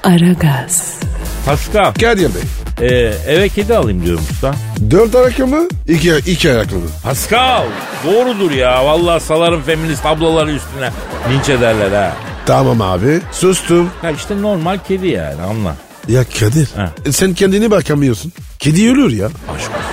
Aragaz. Pascal Kadir Bey. e, eve kedi alayım diyorum usta. Dört ayaklı mı? İki, iki ayaklı mı? Pascal doğrudur ya, vallahi salarım feminist ablaları üstüne linç ederler ha. Tamam abi. Sustum. Ya işte normal kedi yani, anla. Ya Kadir. He. Sen kendini bakamıyorsun. Kedi ölür ya. Aşk olsun.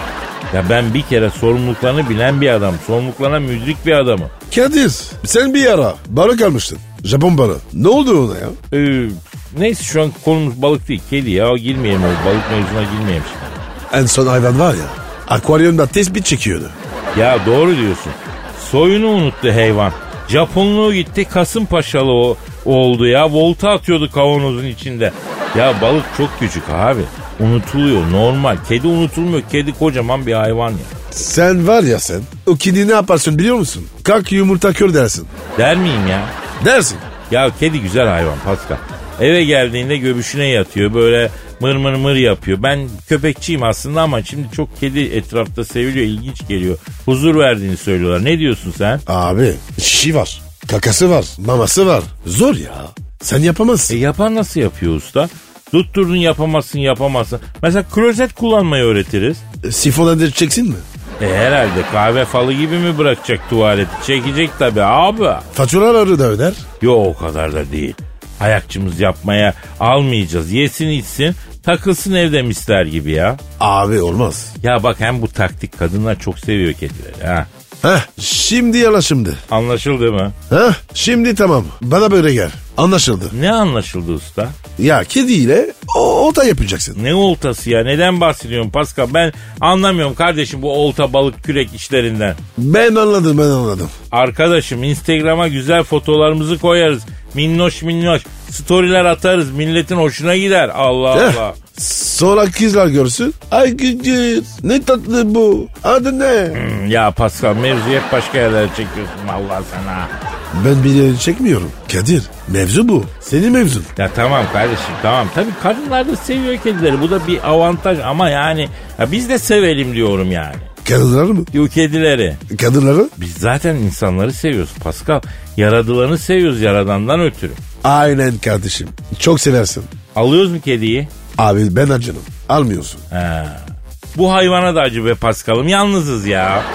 Ya ben bir kere sorumluluklarını bilen bir adam, sorumluluklarına müdrik bir adamım. Kadir sen bir ara balık almıştın. Japon balığı. Ne oldu ona ya? Ee, neyse şu an konumuz balık değil, kedi ya, girmeyelim o balık mevzuna girmeyelim şimdi. En son hayvan var ya. Akvaryumda tespit çekiyordu. Ya doğru diyorsun. Soyunu unuttu hayvan. Japonluğu gitti, Kasımpaşalı o, oldu ya. Volta atıyordu kavanozun içinde. Ya balık çok küçük abi. Unutuluyor normal. Kedi unutulmuyor. Kedi kocaman bir hayvan ya. Sen var ya sen. O kedi ne yaparsın biliyor musun? Kalk yumurta kör dersin. Der miyim ya? Dersin. Ya kedi güzel hayvan Pascal. Eve geldiğinde göbüşüne yatıyor. Böyle mır mır mır yapıyor. Ben köpekçiyim aslında ama şimdi çok kedi etrafta seviliyor. İlginç geliyor. Huzur verdiğini söylüyorlar. Ne diyorsun sen? Abi şişi var. Kakası var. Maması var. Zor ya. Sen yapamazsın. E yapan nasıl yapıyor usta? Tutturdun yapamazsın yapamazsın. Mesela klozet kullanmayı öğretiriz. E, sifon edeceksin mi? E herhalde kahve falı gibi mi bırakacak tuvaleti? Çekecek tabii abi. Faturaları da öder. Yok o kadar da değil. Ayakçımız yapmaya almayacağız. Yesin içsin takılsın evde misler gibi ya. Abi olmaz. Ya bak hem bu taktik, kadınlar çok seviyor kedileri ha. Heh şimdi yalaşımdı. Anlaşıldı mı? Heh şimdi tamam. Bana böyle gel. Anlaşıldı. Ne anlaşıldı usta? Ya kediyle O, olta yapacaksın. Ne oltası ya? Neden bahsediyorsun Pascal? Ben anlamıyorum kardeşim bu olta balık kürek işlerinden. Ben anladım ben anladım. Arkadaşım Instagram'a güzel fotolarımızı koyarız. Minnoş minnoş storyler atarız. Milletin hoşuna gider. Allah Heh. Allah. Sonra kızlar görsün. Ay gıcır ne tatlı bu. Adı ne? Hmm, ya Pascal mevzuyu hep başka yerlere çekiyorsun Allah sana. Ben bir yere çekmiyorum. Kadir mevzu bu. Senin mevzun. Ya tamam kardeşim tamam. Tabii kadınlar da seviyor kedileri. Bu da bir avantaj ama yani ya biz de sevelim diyorum yani. Kadınları mı? Yok kedileri. Kadınları? Biz zaten insanları seviyoruz Pascal. Yaradılanı seviyoruz yaradandan ötürü. Aynen kardeşim. Çok seversin. Alıyoruz mu kediyi? Abi ben acınım. Almıyorsun. He. Bu hayvana da acı be Pascal'ım. Yalnızız ya.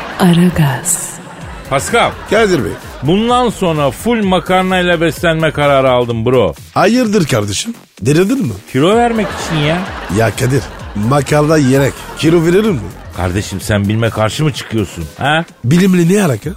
Aragaz, Pascal. Kadir Bey. Bundan sonra full makarnayla beslenme kararı aldım bro. Hayırdır kardeşim? Denedin mi? Kilo vermek için ya. Ya Kadir makarna yiyerek kilo verir mi? Kardeşim sen bilme karşı mı çıkıyorsun? Ha? Bilimle ne alaka?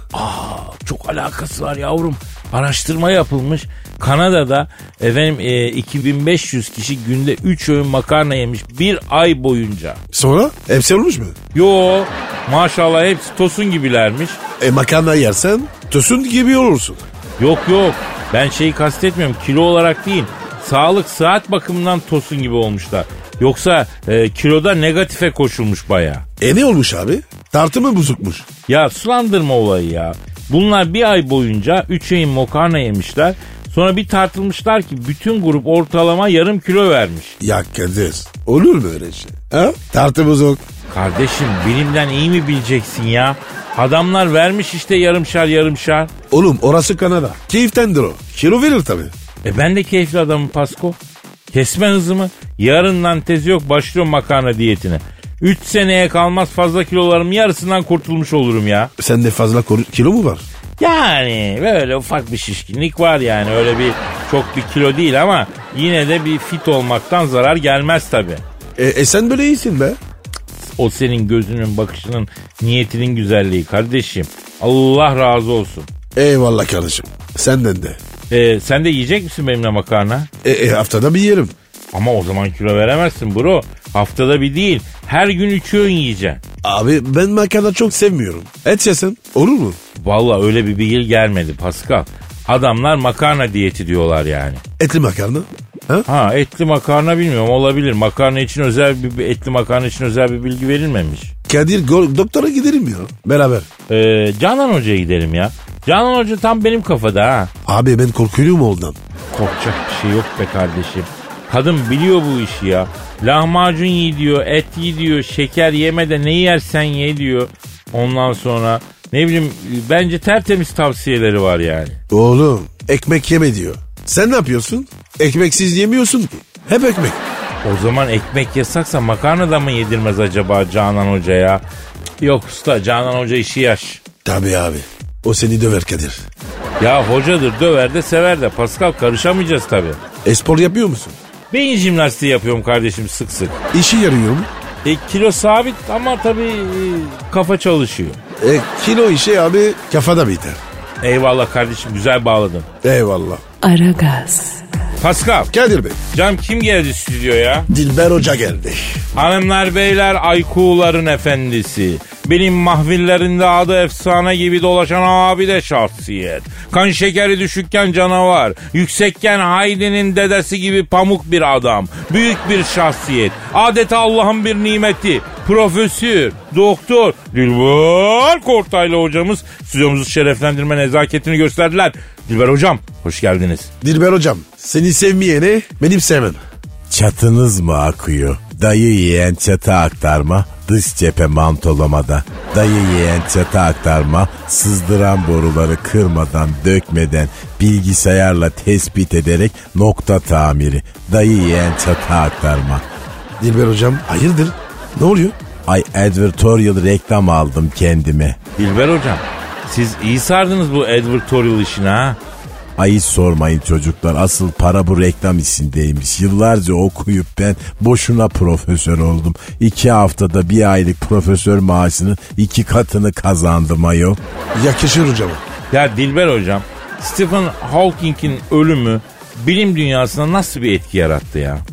Çok alakası var yavrum. Araştırma yapılmış. Kanada'da efendim e, iki bin beş yüz kişi günde üç öğün makarna yemiş bir ay boyunca. Sonra hepsi olmuş mu? Yo maşallah hepsi tosun gibilermiş. E makarna yersen tosun gibi olursun. Yok yok ben şeyi kastetmiyorum kilo olarak değil. Sağlık sıhhat bakımından tosun gibi olmuşlar. Yoksa e, kiloda negatife koşulmuş bayağı. E ne olmuş abi? Tartımı bozukmuş. Ya sulandırma olayı ya. Bunlar bir ay boyunca üç öğün makarna yemişler. Sonra bir tartılmışlar ki bütün grup ortalama yarım kilo vermiş. Ya Kadir olur mu öyle şey? Ha? Tartı bozuk. Kardeşim bilimden iyi mi bileceksin ya? Adamlar vermiş işte yarımşar yarımşar. Oğlum orası Kanada. Keyiftendir o. Kilo verir tabii. E ben de keyifli adamım Pasko. Kesme hızımı. Yarından tezi yok başlıyorum makarna diyetine. üç seneye kalmaz fazla kilolarım yarısından kurtulmuş olurum ya. Sende fazla kilo mu var? Yani böyle ufak bir şişkinlik var yani öyle bir çok bir kilo değil ama yine de bir fit olmaktan zarar gelmez tabii. E, e sen böyle iyisin be. O senin gözünün bakışının niyetinin güzelliği kardeşim. Allah razı olsun. Eyvallah kardeşim. Senden de. Ee, sen de yiyecek misin benimle makarna? E, e haftada bir yerim. Ama o zaman kilo veremezsin bro. Haftada bir değil her gün üç öğün yiyeceksin. Abi ben makarna çok sevmiyorum. Et yesen olur mu? Vallahi öyle bir bilgi gelmedi Pascal. Adamlar makarna diyeti diyorlar yani. Etli makarna. Ha? Ha etli makarna bilmiyorum olabilir. Makarna için özel bir etli makarna için özel bir bilgi verilmemiş. Kadir go- doktora gidelim ya beraber. Ee, Canan Hoca'ya gidelim ya. Canan Hoca tam benim kafada ha. Abi ben korkuyorum ondan. Korkacak bir şey yok be kardeşim. Kadın biliyor bu işi ya. Lahmacun yiy diyor, et yiy diyor, şeker yeme de ne yersen ye diyor. Ondan sonra ne bileyim bence tertemiz tavsiyeleri var yani. Oğlum ekmek yeme diyor. Sen ne yapıyorsun? Ekmeksiz yemiyorsun ki. Hep ekmek. O zaman ekmek yasaksa makarna da mı yedirmez acaba Canan Hoca ya? Yok usta Canan Hoca işi yaş. Tabii abi. O seni döver Kadir. Ya hocadır döver de sever de Pascal karışamayacağız tabii. E spor yapıyor musun? Beyin jimnastiği yapıyorum kardeşim sık sık. İşi yarıyor mu? E, kilo sabit ama tabii e, kafa çalışıyor. E kilo işi abi kafada biter. Eyvallah kardeşim güzel bağladın. Eyvallah. Aragaz, Pascal, Kadir Bey. Cam kim geldi stüdyoya? Dilber Hoca geldi. Hanımlar beyler Aykuların efendisi. Benim mahvillerinde adı efsane gibi dolaşan abi de şahsiyet. Kan şekeri düşükken canavar. Yüksekken Haydi'nin dedesi gibi pamuk bir adam. Büyük bir şahsiyet. Adeta Allah'ın bir nimeti. Profesör, doktor, Dilber Kortaylı hocamız stüdyomuzu şereflendirme nezaketini gösterdiler. Dilber hocam hoş geldiniz. Dilber Hocam seni sevmeyeni benim sevmem. Çatınız mı akıyor? Dayı yiyen çatı aktarma, dış cephe mantolamada. Dayı yiyen çatı aktarma, sızdıran boruları kırmadan, dökmeden, bilgisayarla tespit ederek nokta tamiri. Dayı yiyen çatı aktarma. Dilber Hocam hayırdır? Ne oluyor? Ay advertorial reklam aldım kendime. Dilber hocam siz iyi sardınız bu advertorial işine ha. Ay hiç sormayın çocuklar, asıl para bu reklam işindeymiş. Yıllarca okuyup ben boşuna profesör oldum. İki haftada bir aylık profesör maaşının iki katını kazandım ayol. Yakışır hocam. Ya Dilber hocam Stephen Hawking'in ölümü bilim dünyasına nasıl bir etki yarattı ya?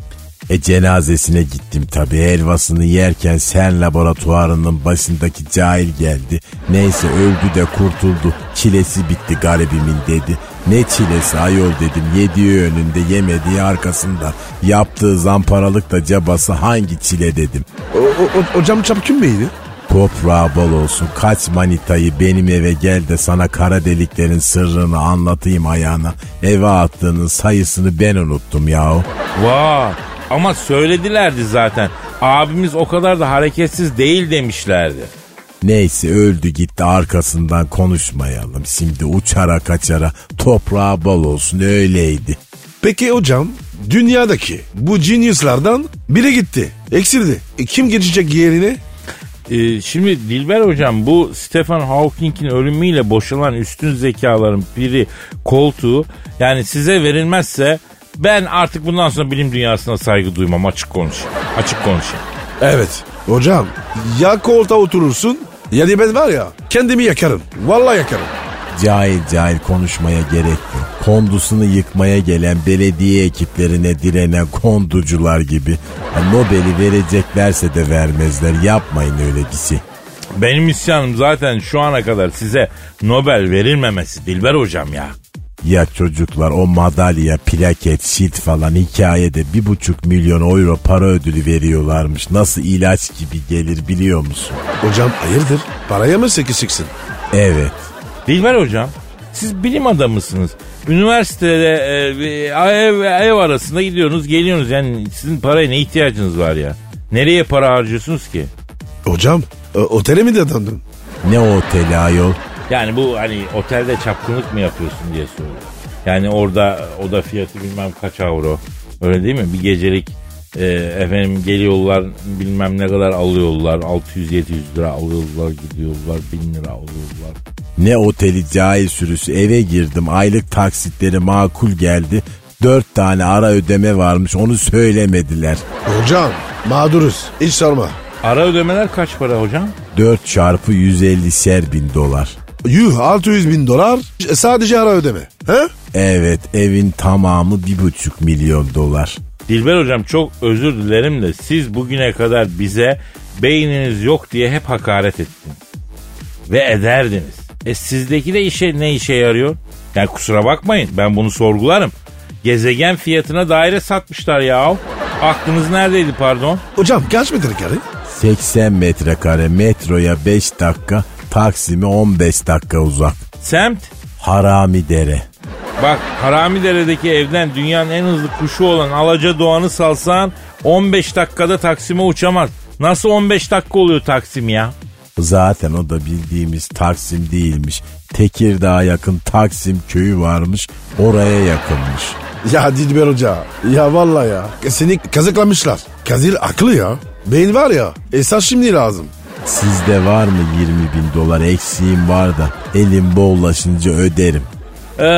E cenazesine gittim tabii. Helvasını yerken sen laboratuvarının başındaki cahil geldi. Neyse öldü de kurtuldu. Çilesi bitti garibimin dedi. Ne çilesi ayol dedim. Yediği önünde yemediği arkasında. Yaptığı zamparalık da cabası hangi çile dedim. O, o, o cam çapkın mıydı? Toprağı bol olsun. Kaç manitayı benim eve gel de sana kara deliklerin sırrını anlatayım ayağına. Eve attığının sayısını ben unuttum yahu. Vay ama söyledilerdi zaten. Abimiz o kadar da hareketsiz değil demişlerdi. Neyse öldü gitti arkasından konuşmayalım. Şimdi uçara kaçara toprağı bol olsun öyleydi. Peki hocam dünyadaki bu geniuslardan biri gitti. Eksildi. E, kim geçecek yerine? Ee, şimdi Dilber hocam bu Stephen Hawking'in ölümüyle boşalan üstün zekaların biri koltuğu yani size verilmezse ben artık bundan sonra bilim dünyasına saygı duymam açık konuşayım. Açık konuşayım. Evet. Hocam ya koltuğa oturursun ya da ben var ya kendimi yakarım. Vallahi yakarım. Cahil cahil konuşmaya gerek yok. Kondusunu yıkmaya gelen belediye ekiplerine direnen konducular gibi. Nobel'i vereceklerse de vermezler. Yapmayın öyle bir şey. Benim isyanım zaten şu ana kadar size Nobel verilmemesi Dilber hocam ya. Ya çocuklar o madalya, plaket, şit falan hikayede bir buçuk milyon euro para ödülü veriyorlarmış. Nasıl ilaç gibi gelir biliyor musun? Hocam hayırdır? Paraya mı sekişiksin? Evet. Dilber hocam siz bilim adamısınız. Üniversitede e, ev, ev arasında gidiyorsunuz geliyorsunuz. Yani sizin paraya ne ihtiyacınız var ya? Nereye para harcıyorsunuz ki? Hocam e, otele mi de döndün? Ne oteli ayol? Yani bu hani otelde çapkınlık mı yapıyorsun diye soruyor. Yani orada oda fiyatı bilmem kaç avro. Öyle değil mi? Bir gecelik e, efendim geliyorlar bilmem ne kadar alıyorlar. altı yüz yedi yüz lira alıyorlar gidiyorlar. bin lira alıyorlar. Ne oteli cahil sürüsü eve girdim. Aylık taksitleri makul geldi. Dört tane ara ödeme varmış onu söylemediler. Hocam mağduruz hiç sorma. Ara ödemeler kaç para hocam? Dört çarpı yüz ellişer bin dolar. Yuh altı yüz bin dolar sadece ara ödeme. He? Evet evin tamamı bir buçuk milyon dolar. Dilber hocam çok özür dilerim de siz bugüne kadar bize beyniniz yok diye hep hakaret ettiniz. Ve ederdiniz. E sizdeki de işe ne işe yarıyor? Yani kusura bakmayın ben bunu sorgularım. Gezegen fiyatına daire satmışlar ya. Aklınız neredeydi pardon? Hocam kaç metrekare? seksen metrekare metroya beş dakika, Taksim'e on beş dakika uzak. Semt? Haramidere. Bak Haramidere'deki evden dünyanın en hızlı kuşu olan Alacadoğan'ı salsan on beş dakikada Taksim'e uçamaz. Nasıl on beş dakika oluyor Taksim ya? Zaten o da bildiğimiz Taksim değilmiş. Tekirdağ'a yakın Taksim köyü varmış, oraya yakınmış. Ya Dilber Hoca ya vallahi ya seni kazıklamışlar. Kadir aklı ya. Beyin var ya esas şimdi lazım. Sizde var mı yirmi bin dolar eksiğim var da elim bollaşınca öderim. Eee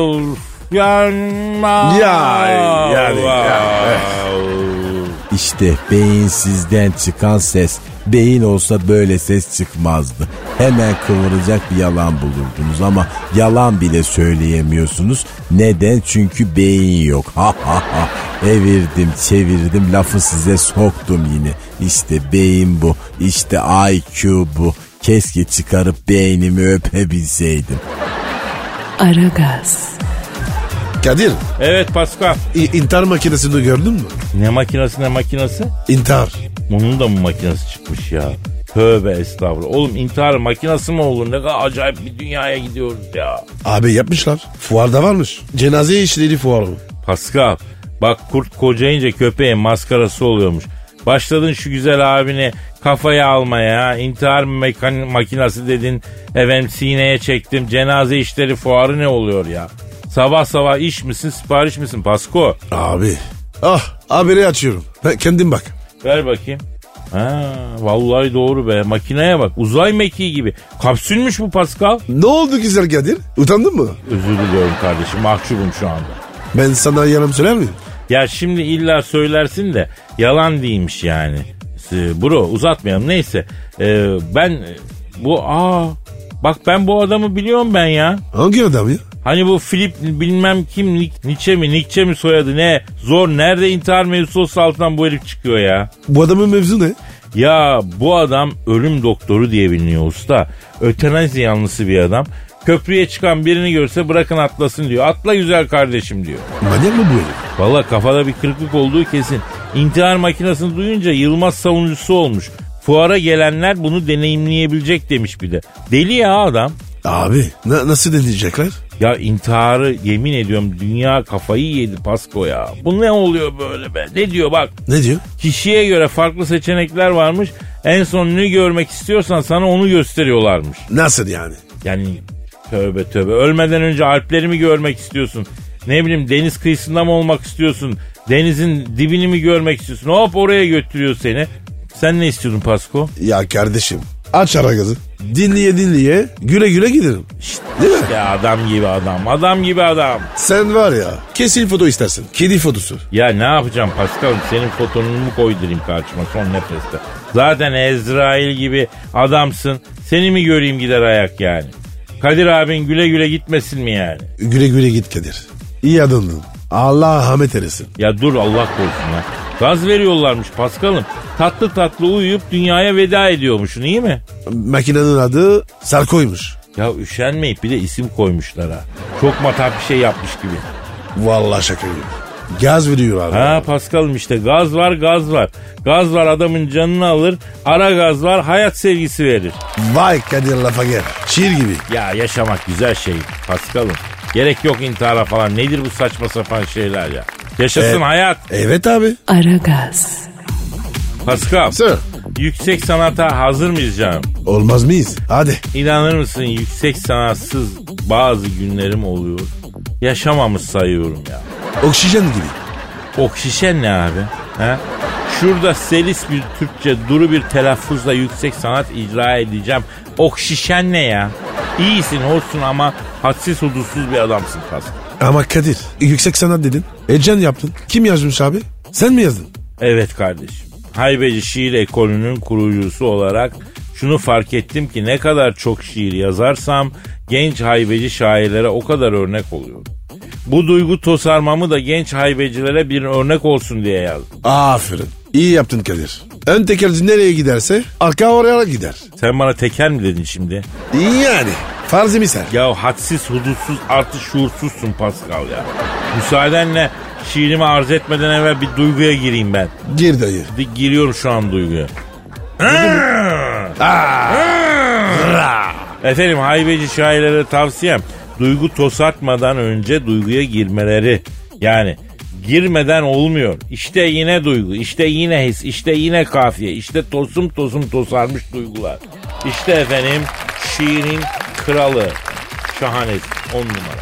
yani ya yani ya. İşte beyinsizden çıkan ses. Beyin olsa böyle ses çıkmazdı. Hemen kıvıracak bir yalan bulurdunuz ama yalan bile söyleyemiyorsunuz. Neden? Çünkü beyin yok. Ha ha ha. Evirdim çevirdim lafı size soktum yine. İşte beyin bu. İşte I Q bu. Keşke çıkarıp beynimi öpebilseydim. Aragaz. Kadir. Evet Pascal. İ- intihar makinesini gördün mü? Ne makinası ne makinası? İntihar. Bunun da mı makinası çıkmış ya? Tövbe estağfurullah. Oğlum intihar makinası mı olur? Ne kadar acayip bir dünyaya gidiyoruz ya. Abi yapmışlar. Fuarda varmış. Cenaze işleri fuarı. Pascal bak kurt kocayınca köpeğin maskarası oluyormuş. Başladın şu güzel abini kafaya almaya. İntihar mekan- makinası dedin. Efendim sineye çektim. Cenaze işleri fuarı ne oluyor ya? Sabah sabah iş misin sipariş misin Pasko? Abi. Ah haberi açıyorum. Ben kendim bak. Ver bakayım. Ha, vallahi doğru be. Makineye bak. Uzay mekiği gibi. Kapsülmüş bu Pascal. Ne oldu güzel Kadir? Utandın mı? Özür diliyorum kardeşim. Mahcubum şu anda. Ben sana yalan söyler miyim? Ya şimdi illa söylersin de yalan değilmiş yani. Bro uzatmayalım. Neyse. Ee, ben bu aa bak ben bu adamı biliyorum ben ya. Hangi adam ya? Hani bu Filip bilmem kim Nietzsche mi Nietzsche mi soyadı ne? Zor nerede intihar mevzusu olsa altından bu herif çıkıyor ya. Bu adamın mevzu ne? Ya bu adam ölüm doktoru diye biliniyor usta. Ötenazi yanlısı bir adam. Köprüye çıkan birini görse bırakın atlasın diyor. Atla güzel kardeşim diyor. Manyak mı bu herif? Valla kafada bir kırıklık olduğu kesin. İntihar makinesini duyunca Yılmaz savunucusu olmuş. Fuara gelenler bunu deneyimleyebilecek demiş bir de. Deli ya adam. Abi na- nasıl deneyecekler? Ya intiharı yemin ediyorum dünya kafayı yedi Pasko ya. Bu ne oluyor böyle be? Ne diyor bak. Ne diyor? Kişiye göre farklı seçenekler varmış. En son ne görmek istiyorsan sana onu gösteriyorlarmış. Nasıl yani? Yani tövbe tövbe. Ölmeden önce Alpleri mi görmek istiyorsun? Ne bileyim deniz kıyısında mı olmak istiyorsun? Denizin dibini mi görmek istiyorsun? Hop oraya götürüyor seni. Sen ne istiyordun Pasko? Ya kardeşim aç ara gazı. Dinleye dinleye güle güle giderim. İşte, Değil mi? işte adam gibi adam. Adam gibi adam. Sen var ya kesin foto istersin. Kedi fotosu. Ya ne yapacağım Pascal? Senin fotonunu mu koydurayım karşıma son nefeste? Zaten Ezrail gibi adamsın. Seni mi göreyim gider ayak yani? Kadir abin güle güle gitmesin mi yani? Güle güle git Kadir. İyi adamdın. Allah rahmet eylesin. Ya dur Allah korusun ya. Gaz veriyorlarmış Pascal'ım. Tatlı tatlı uyuyup dünyaya veda ediyormuşsun iyi mi? Makinenin adı Sarko'ymuş. Ya üşenmeyip bir de isim koymuşlar ha. Çok matah bir şey yapmış gibi. Vallahi şaka gibi. Gaz veriyor abi. Ha Pascal'ım işte gaz var gaz var. Gaz var adamın canını alır. Ara gaz var hayat sevgisi verir. Vay Kadir lafa gel. Şiir gibi. Ya yaşamak güzel şey Pascal'ım. Gerek yok intihara falan. Nedir bu saçma sapan şeyler ya? Yaşasın Ee, hayat. Evet abi. Aragaz, Pascal. Sir. Yüksek sanata hazır mıyız canım? Olmaz mıyız? Hadi. İnanır mısın yüksek sanatsız bazı günlerim oluyor. Yaşamamış sayıyorum ya. Oksijen gibi. Oksijen ne abi? He? Şurada selis bir Türkçe duru bir telaffuzla yüksek sanat icra edeceğim. Oksijen ne ya? İyisin hoşsun ama hadsiz hudutsuz bir adamsın Pascal. Ama Kadir yüksek sanat dedin. Ecen yaptın. Kim yazmış abi? Sen mi yazdın? Evet kardeşim. Haybeci Şiir Ekolü'nün kurucusu olarak şunu fark ettim ki ne kadar çok şiir yazarsam genç haybeci şairlere o kadar örnek oluyor. Bu duygu tosarmamı da genç haybecilere bir örnek olsun diye yazdım. Aferin. İyi yaptın Kadir. Ön tekerci nereye giderse arka oraya gider. Sen bana teker mi dedin şimdi? İyi yani. Farz-ı misal. Ya hadsiz hudutsuz artı şuursuzsun Pascal ya. Müsaadenle şiirimi arz etmeden evvel bir duyguya gireyim ben. Gir dayı. Di- Giriyorum şu an duyguya. Efendim haybeci şairlere tavsiyem duygu tosartmadan önce duyguya girmeleri. Yani girmeden olmuyor. İşte yine duygu, işte yine his, işte yine kafiye, işte tosum tosum tosarmış duygular. İşte efendim şiirin kralı. Şahane on numara.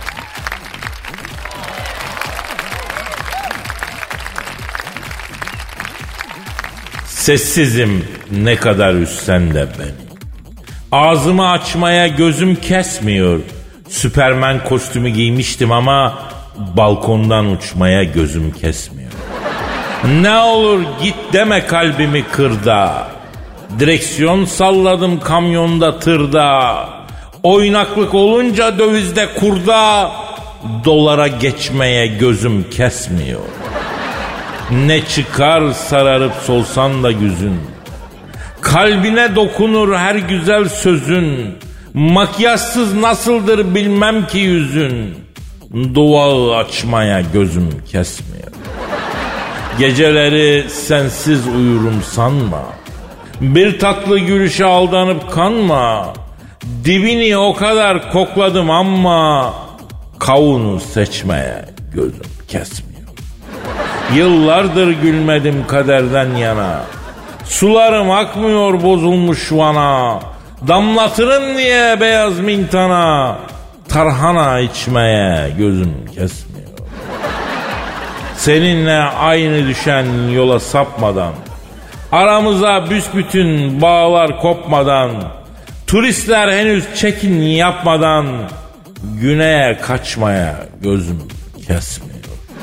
Sessizim ne kadar üssen de beni. Ağzımı açmaya gözüm kesmiyor. Süpermen kostümü giymiştim ama balkondan uçmaya gözüm kesmiyor. Ne olur git deme kalbimi kırda. Direksiyon salladım kamyonda tırda. Oynaklık olunca dövizde kurda. Dolara geçmeye gözüm kesmiyor. Ne çıkar sararıp solsan da güzün. Kalbine dokunur her güzel sözün. Makyajsız nasıldır bilmem ki yüzün. Duağı açmaya gözüm kesmiyor. Geceleri sensiz uyurum sanma. Bir tatlı gülüşe aldanıp kanma. Dibini o kadar kokladım ama kavunu seçmeye gözüm kesmiyor. Yıllardır gülmedim kaderden yana. Sularım akmıyor bozulmuş vana. Damlatırım diye beyaz mintana. Tarhana içmeye gözüm kesmiyor. Seninle aynı düşen yola sapmadan, aramıza büsbütün bağlar kopmadan, turistler henüz check-in yapmadan güneye kaçmaya gözüm kesmiyor.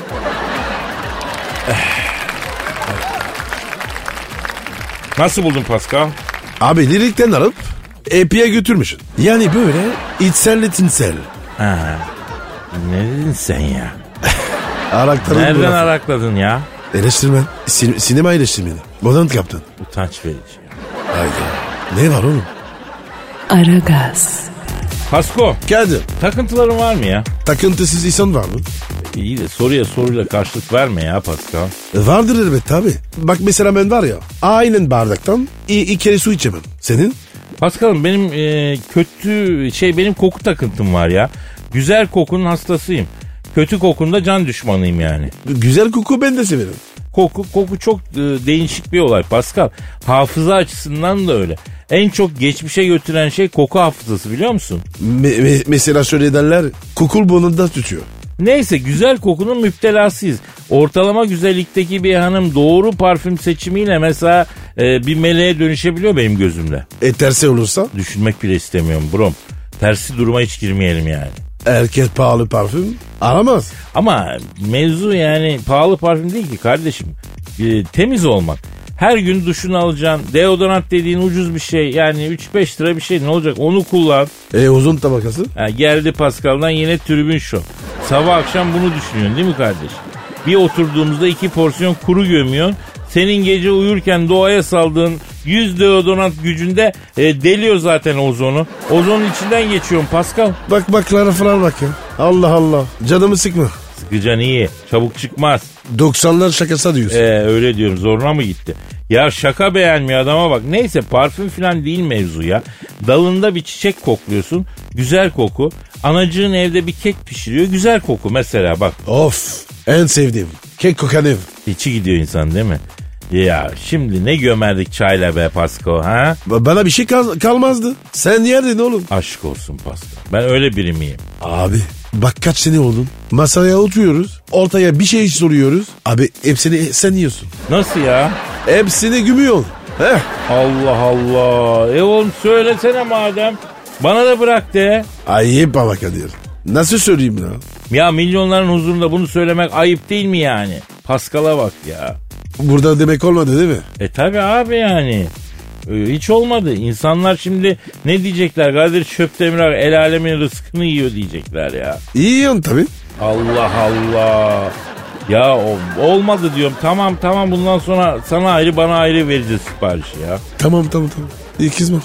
Eh. Nasıl buldun Pascal? Abi lirikten alıp E P'ye götürmüşsün. Yani böyle içselli tinsel. Ha. Ne dedin sen ya? Araktarın Nereden arakladın ya? Eleştirmen. Sin- sinema eleştirmeni. Modern kaptan. Utanç verici. Hayda. Ne var oğlum? Aragaz. Pasko, Kadir. takıntıların var mı ya? Takıntısız insan var mı? İyi de soruya soruyla karşılık verme ya Pascal. E, vardır elbet abi. Bak mesela ben var ya. Aynen bardaktan i- iki kere su içemem. Senin? Pascal'ım benim e, kötü şey benim koku takıntım var ya. Güzel kokunun hastasıyım. Kötü kokunda can düşmanıyım yani. Güzel koku ben de severim. Koku koku çok e, değişik bir olay Pascal. Hafıza açısından da öyle. En çok geçmişe götüren şey koku hafızası biliyor musun? Me- me- mesela şöyle derler. Kokul burnunda tutuyor. Neyse güzel kokunun müptelasıyız. Ortalama güzellikteki bir hanım doğru parfüm seçimiyle mesela e, bir meleğe dönüşebiliyor benim gözümde. E tersi olursa? Düşünmek bile istemiyorum brom. Tersi duruma hiç girmeyelim yani. Erkek pahalı parfüm aramaz. Ama mevzu yani pahalı parfüm değil ki kardeşim. E, temiz olmak. Her gün duşunu alacaksın. Deodorant dediğin ucuz bir şey. Yani üç beş lira bir şey ne olacak onu kullan. E uzun tabakası? Ha, geldi Pascal'dan yine tribün şov. Sabah akşam bunu düşünüyorsun değil mi kardeşim? Bir oturduğumuzda iki porsiyon kuru gömüyorsun. Senin gece uyurken doğaya saldığın yüz deodorant gücünde e, deliyor zaten ozonu. Ozonun içinden geçiyorum Pascal. Bak bak Lara falan bak ya. Allah Allah. Canımı sıkma. Sıkıcan iyi. Çabuk çıkmaz. doksanlar şakası diyorsun. Ee, öyle diyorum. Zoruna mı gitti? Ya şaka beğenmiyor adama bak. Neyse parfüm falan değil mevzu ya. Dalında bir çiçek kokluyorsun. Güzel koku. Anacığın evde bir kek pişiriyor. Güzel koku mesela bak. Of. En sevdiğim. Kek kokan ev. İçi gidiyor insan değil mi? Ya şimdi ne gömerdik çayla be Pasko ha? Bana bir şey kal- kalmazdı. Sen yerdin oğlum. Aşk olsun Pasko. Ben öyle biri miyim? Abi bak kaç sene oldun. Masaya oturuyoruz. Ortaya bir şey soruyoruz. Abi hepsini sen yiyorsun. Nasıl ya? Hepsini gümüyorsun. Heh. Allah Allah. E oğlum söylesene madem. Bana da bırak de. Ayıp ama Kadir. Nasıl söyleyeyim ya? Ya milyonların huzurunda bunu söylemek ayıp değil mi yani? Paskal'a bak ya. Burada demek olmadı değil mi? E tabi abi yani. Ee, Hiç olmadı. İnsanlar şimdi ne diyecekler? Kadir Çöptemir el alemin rızkını yiyor diyecekler ya. İyi yiyorsun tabii. Allah Allah. Ya o, olmadı diyorum. Tamam tamam bundan sonra sana ayrı bana ayrı vereceğiz siparişi ya. Tamam tamam tamam. İyi kızma.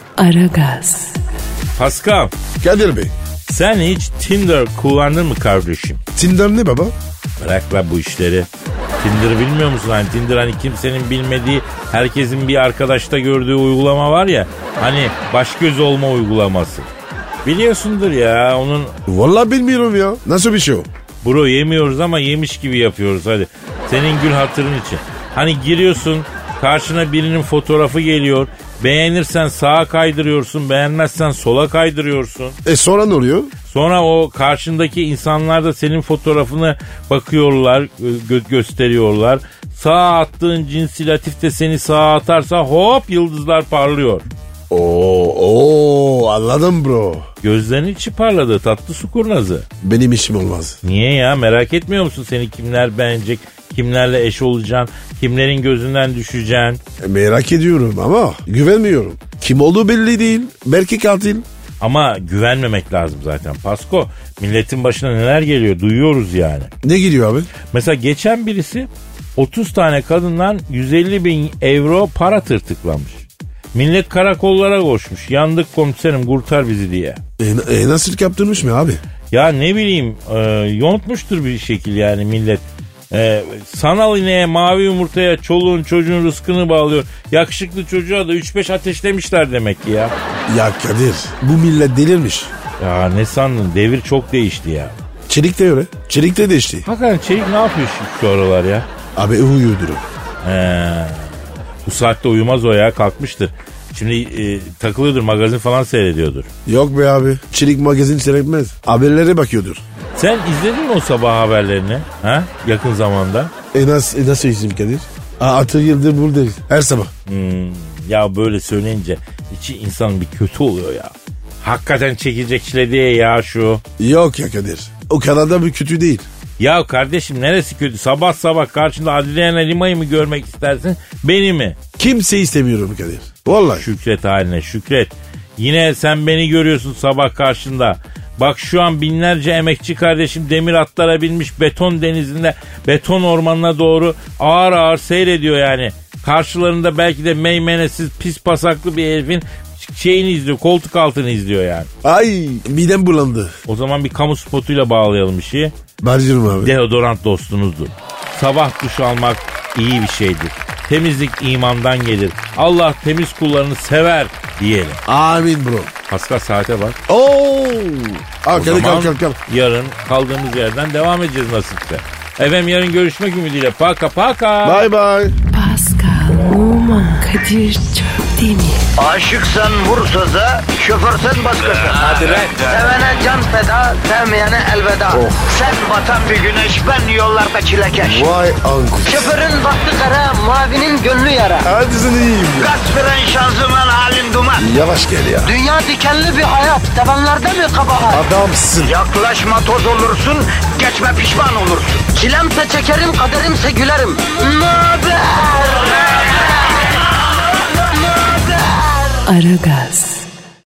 Aragaz. Pascal Kadir Bey. sen hiç Tinder kullandın mı kardeşim? Tinder ne baba? Bırak lan bu işleri. Tinder bilmiyor musun? Hani Tinder hani kimsenin bilmediği, herkesin bir arkadaşta gördüğü uygulama var ya. Hani baş göz olma uygulaması. Biliyorsundur ya onun. Vallahi bilmiyorum ya. Nasıl bir şey o? Bro yemiyoruz ama yemiş gibi yapıyoruz hadi. Senin gül hatırın için. Hani giriyorsun karşına birinin fotoğrafı geliyor. Beğenirsen sağa kaydırıyorsun, beğenmezsen sola kaydırıyorsun. E sonra ne oluyor? Sonra o karşındaki insanlar da senin fotoğrafını bakıyorlar, gö- gösteriyorlar. Sağa attığın cinsilatif de seni sağa atarsa hop yıldızlar parlıyor. Oo, oo anladım bro. Gözlerinin içi parladı, tatlı su kurnazı. Benim işim olmaz. Niye ya, merak etmiyor musun seni kimler beğenecek, kimlerle eş olacaksın, kimlerin gözünden düşeceksin? E, merak ediyorum ama güvenmiyorum. Kim olduğu belli değil. Belki katil. Ama güvenmemek lazım zaten Pasko. Milletin başına neler geliyor duyuyoruz yani. Ne gidiyor abi? Mesela geçen birisi otuz tane kadından yüz elli bin euro para tırtıklamış. Millet karakollara koşmuş. Yandık komiserim kurtar bizi diye. E, e, nasıl kaptırmış mı abi? Ya ne bileyim e, yontmuştur bir şekil yani millet. E, sanal ineğe mavi yumurtaya çoluğun çocuğun rızkını bağlıyor. Yakışıklı çocuğa da üç beş ateşlemişler demek ki ya. Ya Kadir bu millet delirmiş. Ya ne sandın, devir çok değişti ya. Çelik de öyle. Çelik de değişti. Hakikaten Çelik ne yapıyor şu, şu aralar ya? Abi uyuyordur. He. Bu saatte uyumaz o ya, kalkmıştır. Şimdi e, takılıyordur, magazin falan seyrediyordur. Yok be abi. Çelik magazin seyretmez. Haberlere bakıyordur. Sen izledin mi o sabah haberlerini? Ha? Yakın zamanda. E nasıl, e nasıl izin Kadir? Aa, Atıl yıldır buradayız. Her sabah. Hmm, ya böyle söyleyince içi insan bir kötü oluyor ya. Hakikaten çekilecek çile diye ya şu. Yok ya Kadir. O kadar da bir kötü değil. Ya kardeşim neresi kötü? Sabah sabah karşında Adriana Lima'yı mı görmek istersin? Beni mi? Kimseyi istemiyorum Kadir. Vallahi. Şükret haline şükret. Yine sen beni görüyorsun sabah karşında. Bak şu an binlerce emekçi kardeşim demir atlara binmiş beton denizinde, beton ormanına doğru ağır ağır seyrediyor yani. Karşılarında belki de meymenesiz pis pasaklı bir herifin şeyini izliyor, koltuk altını izliyor yani. Ay midem bulandı. O zaman bir kamu spotuyla bağlayalım işi. Barcırım abi. Deodorant dostunuzdur. Sabah duş almak iyi bir şeydir. Temizlik imandan gelir. Allah temiz kullarını sever diyelim. Amin bro. Pascal saate bak. Oo. Al O kalk zaman kalk kalk kalk. yarın kaldığımız yerden devam edeceğiz nasipse. Efendim yarın görüşmek ümidiyle. Paka paka. Bye bye. Pascal, Oman, Kadir çok değil mi? Aşıksan vursa da, şoförsen başkasın. Hadi lan. Sevene can feda, sevmeyene elveda. Sen batan bir güneş, ben yollarda çilekeş. Vay anku. Şoförün baktı kara, mavinin gönlü yara. Hadi sen iyiyim ya. Kasperen şanzıman halin duman. Yavaş gel ya. Dünya dikenli bir hayat, sevenlerde mi kabahar? Adamsın. Yaklaşma toz olursun, geçme pişman olursun. Çilemse çekerim, kaderimse gülerim. Möber! Aragaz.